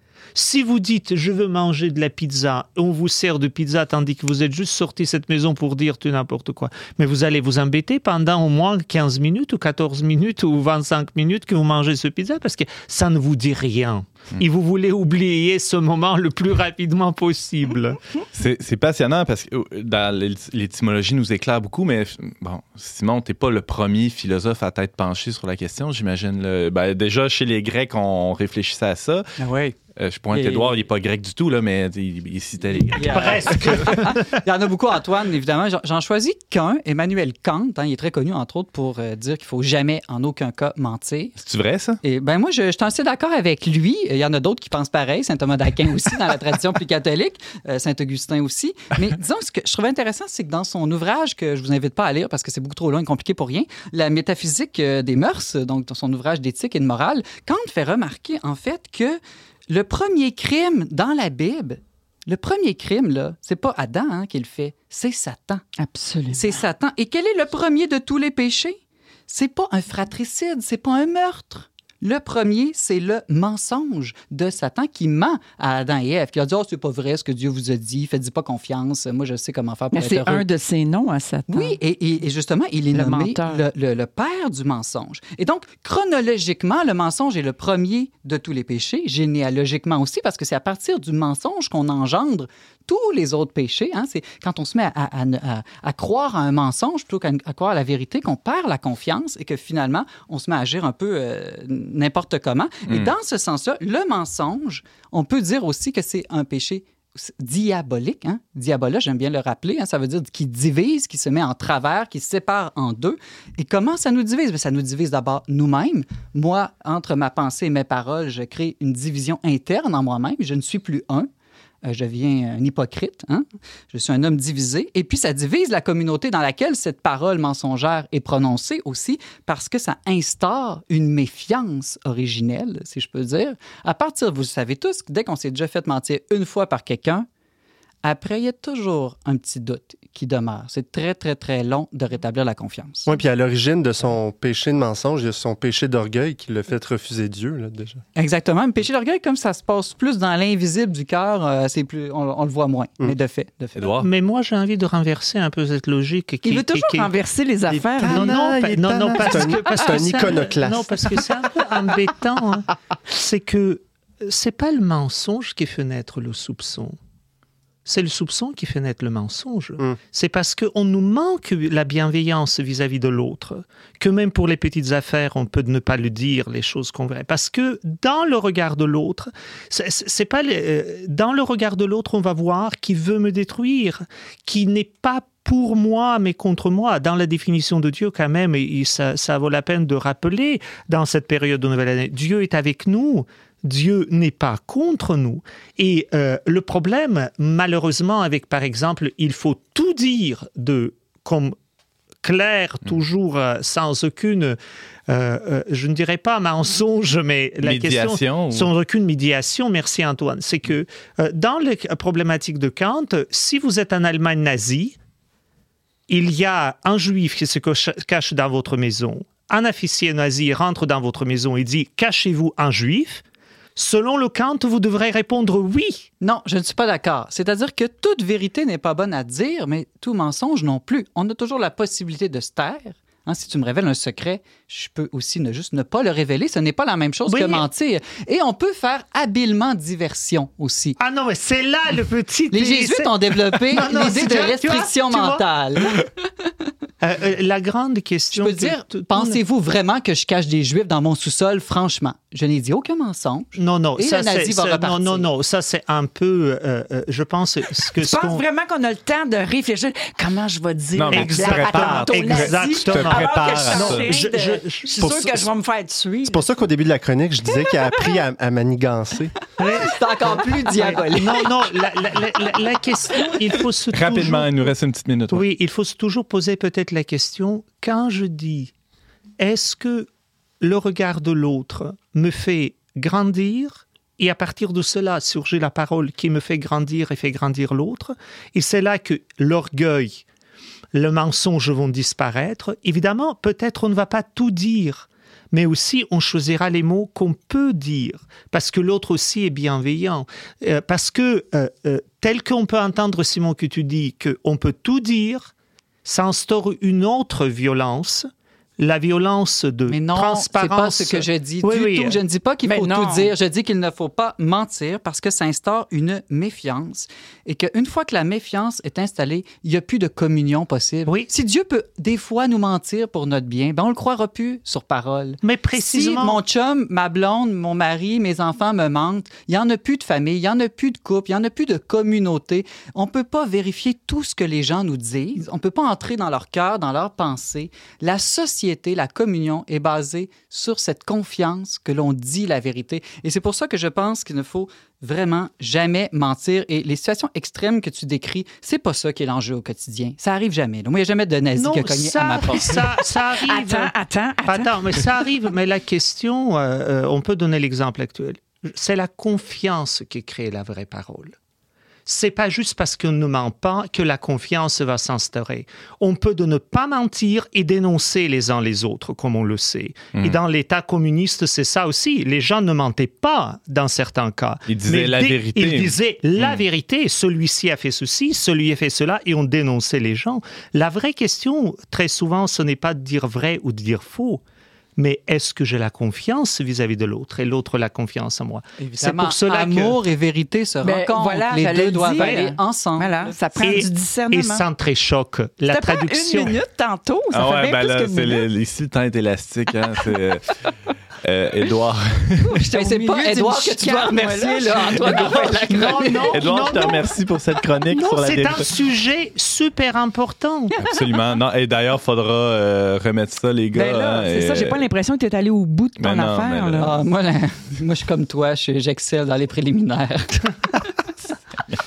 Si vous dites « je veux manger de la pizza », on vous sert de pizza tandis que vous êtes juste sorti de cette maison pour dire tout n'importe quoi, mais vous allez vous embêter pendant au moins quinze minutes ou quatorze minutes ou vingt-cinq minutes que vous mangez ce pizza parce que ça ne vous dit rien. Et vous voulez oublier ce moment le plus rapidement possible. C'est, c'est passionnant parce que euh, dans l'é- l'étymologie nous éclaire beaucoup, mais bon, Simon, t'es pas le premier philosophe à tête penchée sur la question, j'imagine. Le, ben, déjà, chez les Grecs, on réfléchissait à ça. Ah oui. Euh, je pointe Et- Édouard, il n'est pas grec du tout, là, mais il, il citait les Grecs. Il y a- Presque. Il y en a beaucoup, Antoine, évidemment. J'en, j'en choisis qu'un, Emmanuel Kant. Hein, il est très connu, entre autres, pour euh, dire qu'il faut jamais, en aucun cas, mentir. C'est-tu vrai, ça? Et ben moi, je, je suis assez d'accord avec lui. Il y en a d'autres qui pensent pareil. Saint Thomas d'Aquin aussi, dans la tradition plus catholique. Euh, Saint-Augustin aussi. Mais disons, ce que je trouvais intéressant, c'est que dans son ouvrage, que je vous invite pas à lire parce que c'est beaucoup trop long et compliqué pour rien, La métaphysique euh, des mœurs, donc dans son ouvrage d'éthique et de morale, Kant fait remarquer, en fait, que le premier crime dans la Bible, le premier crime, là, c'est pas Adam hein, qui le fait, c'est Satan. Absolument. C'est Satan. Et quel est le premier de tous les péchés? C'est pas un fratricide, c'est pas un meurtre. Le premier, c'est le mensonge de Satan qui ment à Adam et Ève, qui a dit « Oh, c'est pas vrai ce que Dieu vous a dit, faites-y pas confiance, moi je sais comment faire pour Mais être c'est heureux. » un de ses noms à Satan. Oui, et, et- et justement, il est Le nommé menteur. le, le- le père du mensonge. Et donc, chronologiquement, le mensonge est le premier de tous les péchés, généalogiquement aussi, parce que c'est à partir du mensonge qu'on engendre tous les autres péchés. Hein. C'est quand on se met à, à- à- à croire à un mensonge plutôt qu'à à croire à la vérité qu'on perd la confiance et que finalement, on se met à agir un peu euh, n'importe comment. Et Mm. dans ce sens-là, le mensonge, on peut dire aussi que c'est un péché diabolique. Hein? Diabola, j'aime bien le rappeler, hein? Ça veut dire qui divise, qui se met en travers, qui se sépare en deux. Et comment ça nous divise? Bien, ça nous divise d'abord nous-mêmes. Moi, entre ma pensée et mes paroles, je crée une division interne en moi-même. Je ne suis plus un. Euh, je deviens un hypocrite. Hein? Je suis un homme divisé. Et puis, ça divise la communauté dans laquelle cette parole mensongère est prononcée aussi parce que ça instaure une méfiance originelle, si je peux dire. À partir, vous le savez tous, dès qu'on s'est déjà fait mentir une fois par quelqu'un, après, il y a toujours un petit doute qui demeure. C'est très, très, très long de rétablir la confiance. Oui, puis à l'origine de son péché de mensonge, il y a son péché d'orgueil qui l'a fait refuser Dieu, là, déjà. Exactement. Le péché d'orgueil, comme ça se passe plus dans l'invisible du cœur, euh, c'est plus, on, on le voit moins. Mm. Mais de fait, de fait. Édouard? Mais moi, j'ai envie de renverser un peu cette logique. Qui, il veut toujours qui, qui... renverser les affaires. Non, non, pa- non, non, parce que parce c'est un que iconoclaste. Non, parce que c'est un peu embêtant. Hein. C'est que c'est pas le mensonge qui fait naître le soupçon. C'est le soupçon qui fait naître le mensonge. Mm. C'est parce qu'on nous manque la bienveillance vis-à-vis de l'autre, que même pour les petites affaires, on peut ne pas le dire, les choses qu'on verrait. Parce que dans le regard de l'autre, c'est, c'est pas les, dans le regard de l'autre, on va voir qui veut me détruire, qui n'est pas pour moi, mais contre moi. Dans la définition de Dieu, quand même, et ça, ça vaut la peine de rappeler, dans cette période de Nouvelle Année, Dieu est avec nous. Dieu n'est pas contre nous. Et euh, le problème, malheureusement, avec, par exemple, il faut tout dire de, comme clair, toujours euh, sans aucune, euh, euh, je ne dirais pas mensonge, mais la médiation, question, ou... sans aucune médiation, merci Antoine, c'est que euh, dans les problématiques de Kant, si vous êtes en Allemagne nazie, il y a un juif qui se cache dans votre maison, un officier nazi rentre dans votre maison et dit « Cachez-vous un juif », selon le Kant, vous devrez répondre oui. Non, je ne suis pas d'accord. C'est-à-dire que toute vérité n'est pas bonne à dire, mais tout mensonge non plus. On a toujours la possibilité de se taire. Hein, si tu me révèles un secret, je peux aussi ne juste ne pas le révéler. Ce n'est pas la même chose oui. que mentir. Et on peut faire habilement diversion aussi. Ah non, mais c'est là le petit... Les jésuites c'est... ont développé non, non, l'idée de vois, restriction tu vois, mentale. Euh, euh, la grande question... Je peux dire, que... pensez-vous vraiment que je cache des Juifs dans mon sous-sol? Franchement, je n'ai dit aucun mensonge. Non, non, et ça, le nazi c'est, va ça, repartir. non, non, non, ça c'est un peu, euh, euh, je pense que ce tu qu'on... penses vraiment qu'on a le temps de réfléchir comment je vais dire non, mais exactement, tu te exactement. Tu te prépares à ça. Je, je, je, je suis sûr que je vais me faire tuer. C'est pour ça qu'au début de la chronique, je disais qu'il a appris à, à manigancer. C'est encore plus diabolique. Non, non, la, la, la, la question, il faut se Rapidement, toujours... il nous reste une petite minute. Oui, il faut se toujours poser peut-être la question, quand je dis, est-ce que le regard de l'autre me fait grandir et à partir de cela surgit la parole qui me fait grandir et fait grandir l'autre, et c'est là que l'orgueil, le mensonge vont disparaître. Évidemment, peut-être on ne va pas tout dire, mais aussi on choisira les mots qu'on peut dire, parce que l'autre aussi est bienveillant. Euh, parce que, euh, euh, tel qu'on peut entendre, Simon, que tu dis qu'on peut tout dire, ça instaure une autre violence, la violence de mais non, transparence. c'est pas ce que je dis oui, du oui. tout. Je ne dis pas qu'il mais faut non. tout dire. Je dis qu'il ne faut pas mentir parce que ça instaure une méfiance et qu'une fois que la méfiance est installée, il n'y a plus de communion possible. Oui. Si Dieu peut des fois nous mentir pour notre bien, ben on le croira plus sur parole. Mais précisément... Si mon chum, ma blonde, mon mari, mes enfants me mentent, il n'y en a plus de famille, il n'y en a plus de couple, il n'y en a plus de communauté. On ne peut pas vérifier tout ce que les gens nous disent. On ne peut pas entrer dans leur cœur, dans leurs pensées. La société la communion est basée sur cette confiance que l'on dit la vérité. Et c'est pour ça que je pense qu'il ne faut vraiment jamais mentir. Et les situations extrêmes que tu décris, c'est pas ça qui est l'enjeu au quotidien. Ça arrive jamais. Moi, il n'y a jamais de nazi non, qui a cogné ça, à ma porte. Ça, ça arrive. Attends, attends, attends. Attends, mais ça arrive. Mais la question, euh, on peut donner l'exemple actuel. C'est la confiance qui crée la vraie parole. C'est pas juste parce qu'on ne ment pas que la confiance va s'instaurer. On peut de ne pas mentir et dénoncer les uns les autres, comme on le sait. Mmh. Et dans l'État communiste, c'est ça aussi. Les gens ne mentaient pas dans certains cas. Ils disaient la dé- vérité. Ils disaient la mmh. vérité. Celui-ci a fait ceci, celui a fait cela, et on dénonçait les gens. La vraie question, très souvent, ce n'est pas de dire vrai ou de dire faux. Mais est-ce que j'ai la confiance vis-à-vis de l'autre et l'autre la confiance en moi? Évidemment, c'est pour cela amour que... et vérité se ben, rencontrent. voilà, les deux le doivent dire. aller ensemble. Voilà, ça prend et, du discernement. Et sans très choc, la C'était traduction... pas une minute tantôt, ça ah fait ouais, bien ben plus là, qu'une c'est minute. le, ici, le temps est élastique. Hein, c'est... Euh, Édouard. Ben, c'est pas Édouard que tu dois remercier, là, Antoine. Non, non, Édouard, non, je te non. remercie pour cette chronique Non, sur la c'est vérité. un sujet super important. Absolument. Non, et d'ailleurs, il faudra euh, remettre ça, les gars. Ben là, hein, c'est et, ça, j'ai pas l'impression que tu es allé au bout de ton Ben non, affaire. mais là- là. Ah, moi, là, moi, je suis comme toi, je- j'excelle dans les préliminaires.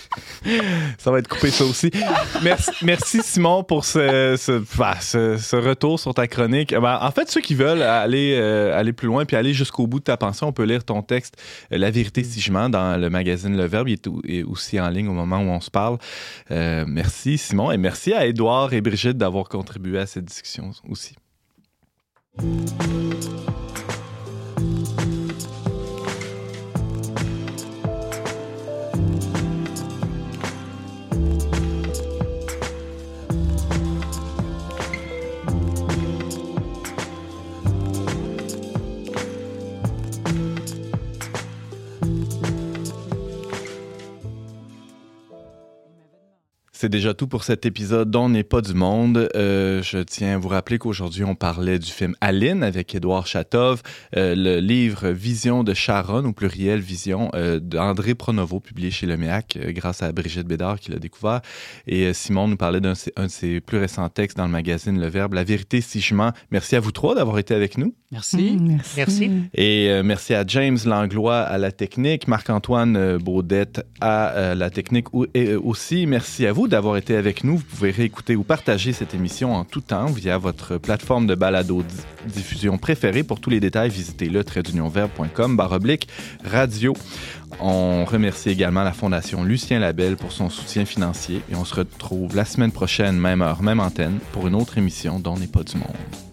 Ça va être coupé, ça aussi. Merci, merci Simon, pour ce, ce, bah, ce, ce retour sur ta chronique. Ben, en fait, ceux qui veulent aller, euh, aller plus loin puis aller jusqu'au bout de ta pensée, on peut lire ton texte euh, « La vérité si je mens » dans le magazine Le Verbe. Il est, est aussi en ligne au moment où on se parle. Euh, merci Simon et merci à Édouard et Brigitte d'avoir contribué à cette discussion aussi. C'est déjà tout pour cet épisode d'On n'est pas du monde. Euh, je tiens à vous rappeler qu'aujourd'hui, on parlait du film Aline avec Édouard Chatov, euh, le livre Vision de Sharon, au pluriel Vision, euh, d'André Pronovo, publié chez Le Méac, euh, grâce à Brigitte Bédard qui l'a découvert. Et euh, Simon nous parlait d'un un de ses plus récents textes dans le magazine Le Verbe, La vérité si je mens. Merci à vous trois d'avoir été avec nous. Merci. Mmh, merci. Merci. Et euh, merci à James Langlois à la technique, Marc-Antoine euh, Baudette à euh, la technique ou, et, euh, aussi. Merci à vous d'avoir été avec nous. Vous pouvez réécouter ou partager cette émission en tout temps via votre plateforme de balado-diffusion préférée. Pour tous les détails, visitez le trait d'union verbe point com barre oblique radio. On remercie également la Fondation Lucien Labelle pour son soutien financier et on se retrouve la semaine prochaine, même heure, même antenne, pour une autre émission d'On n'est pas du monde.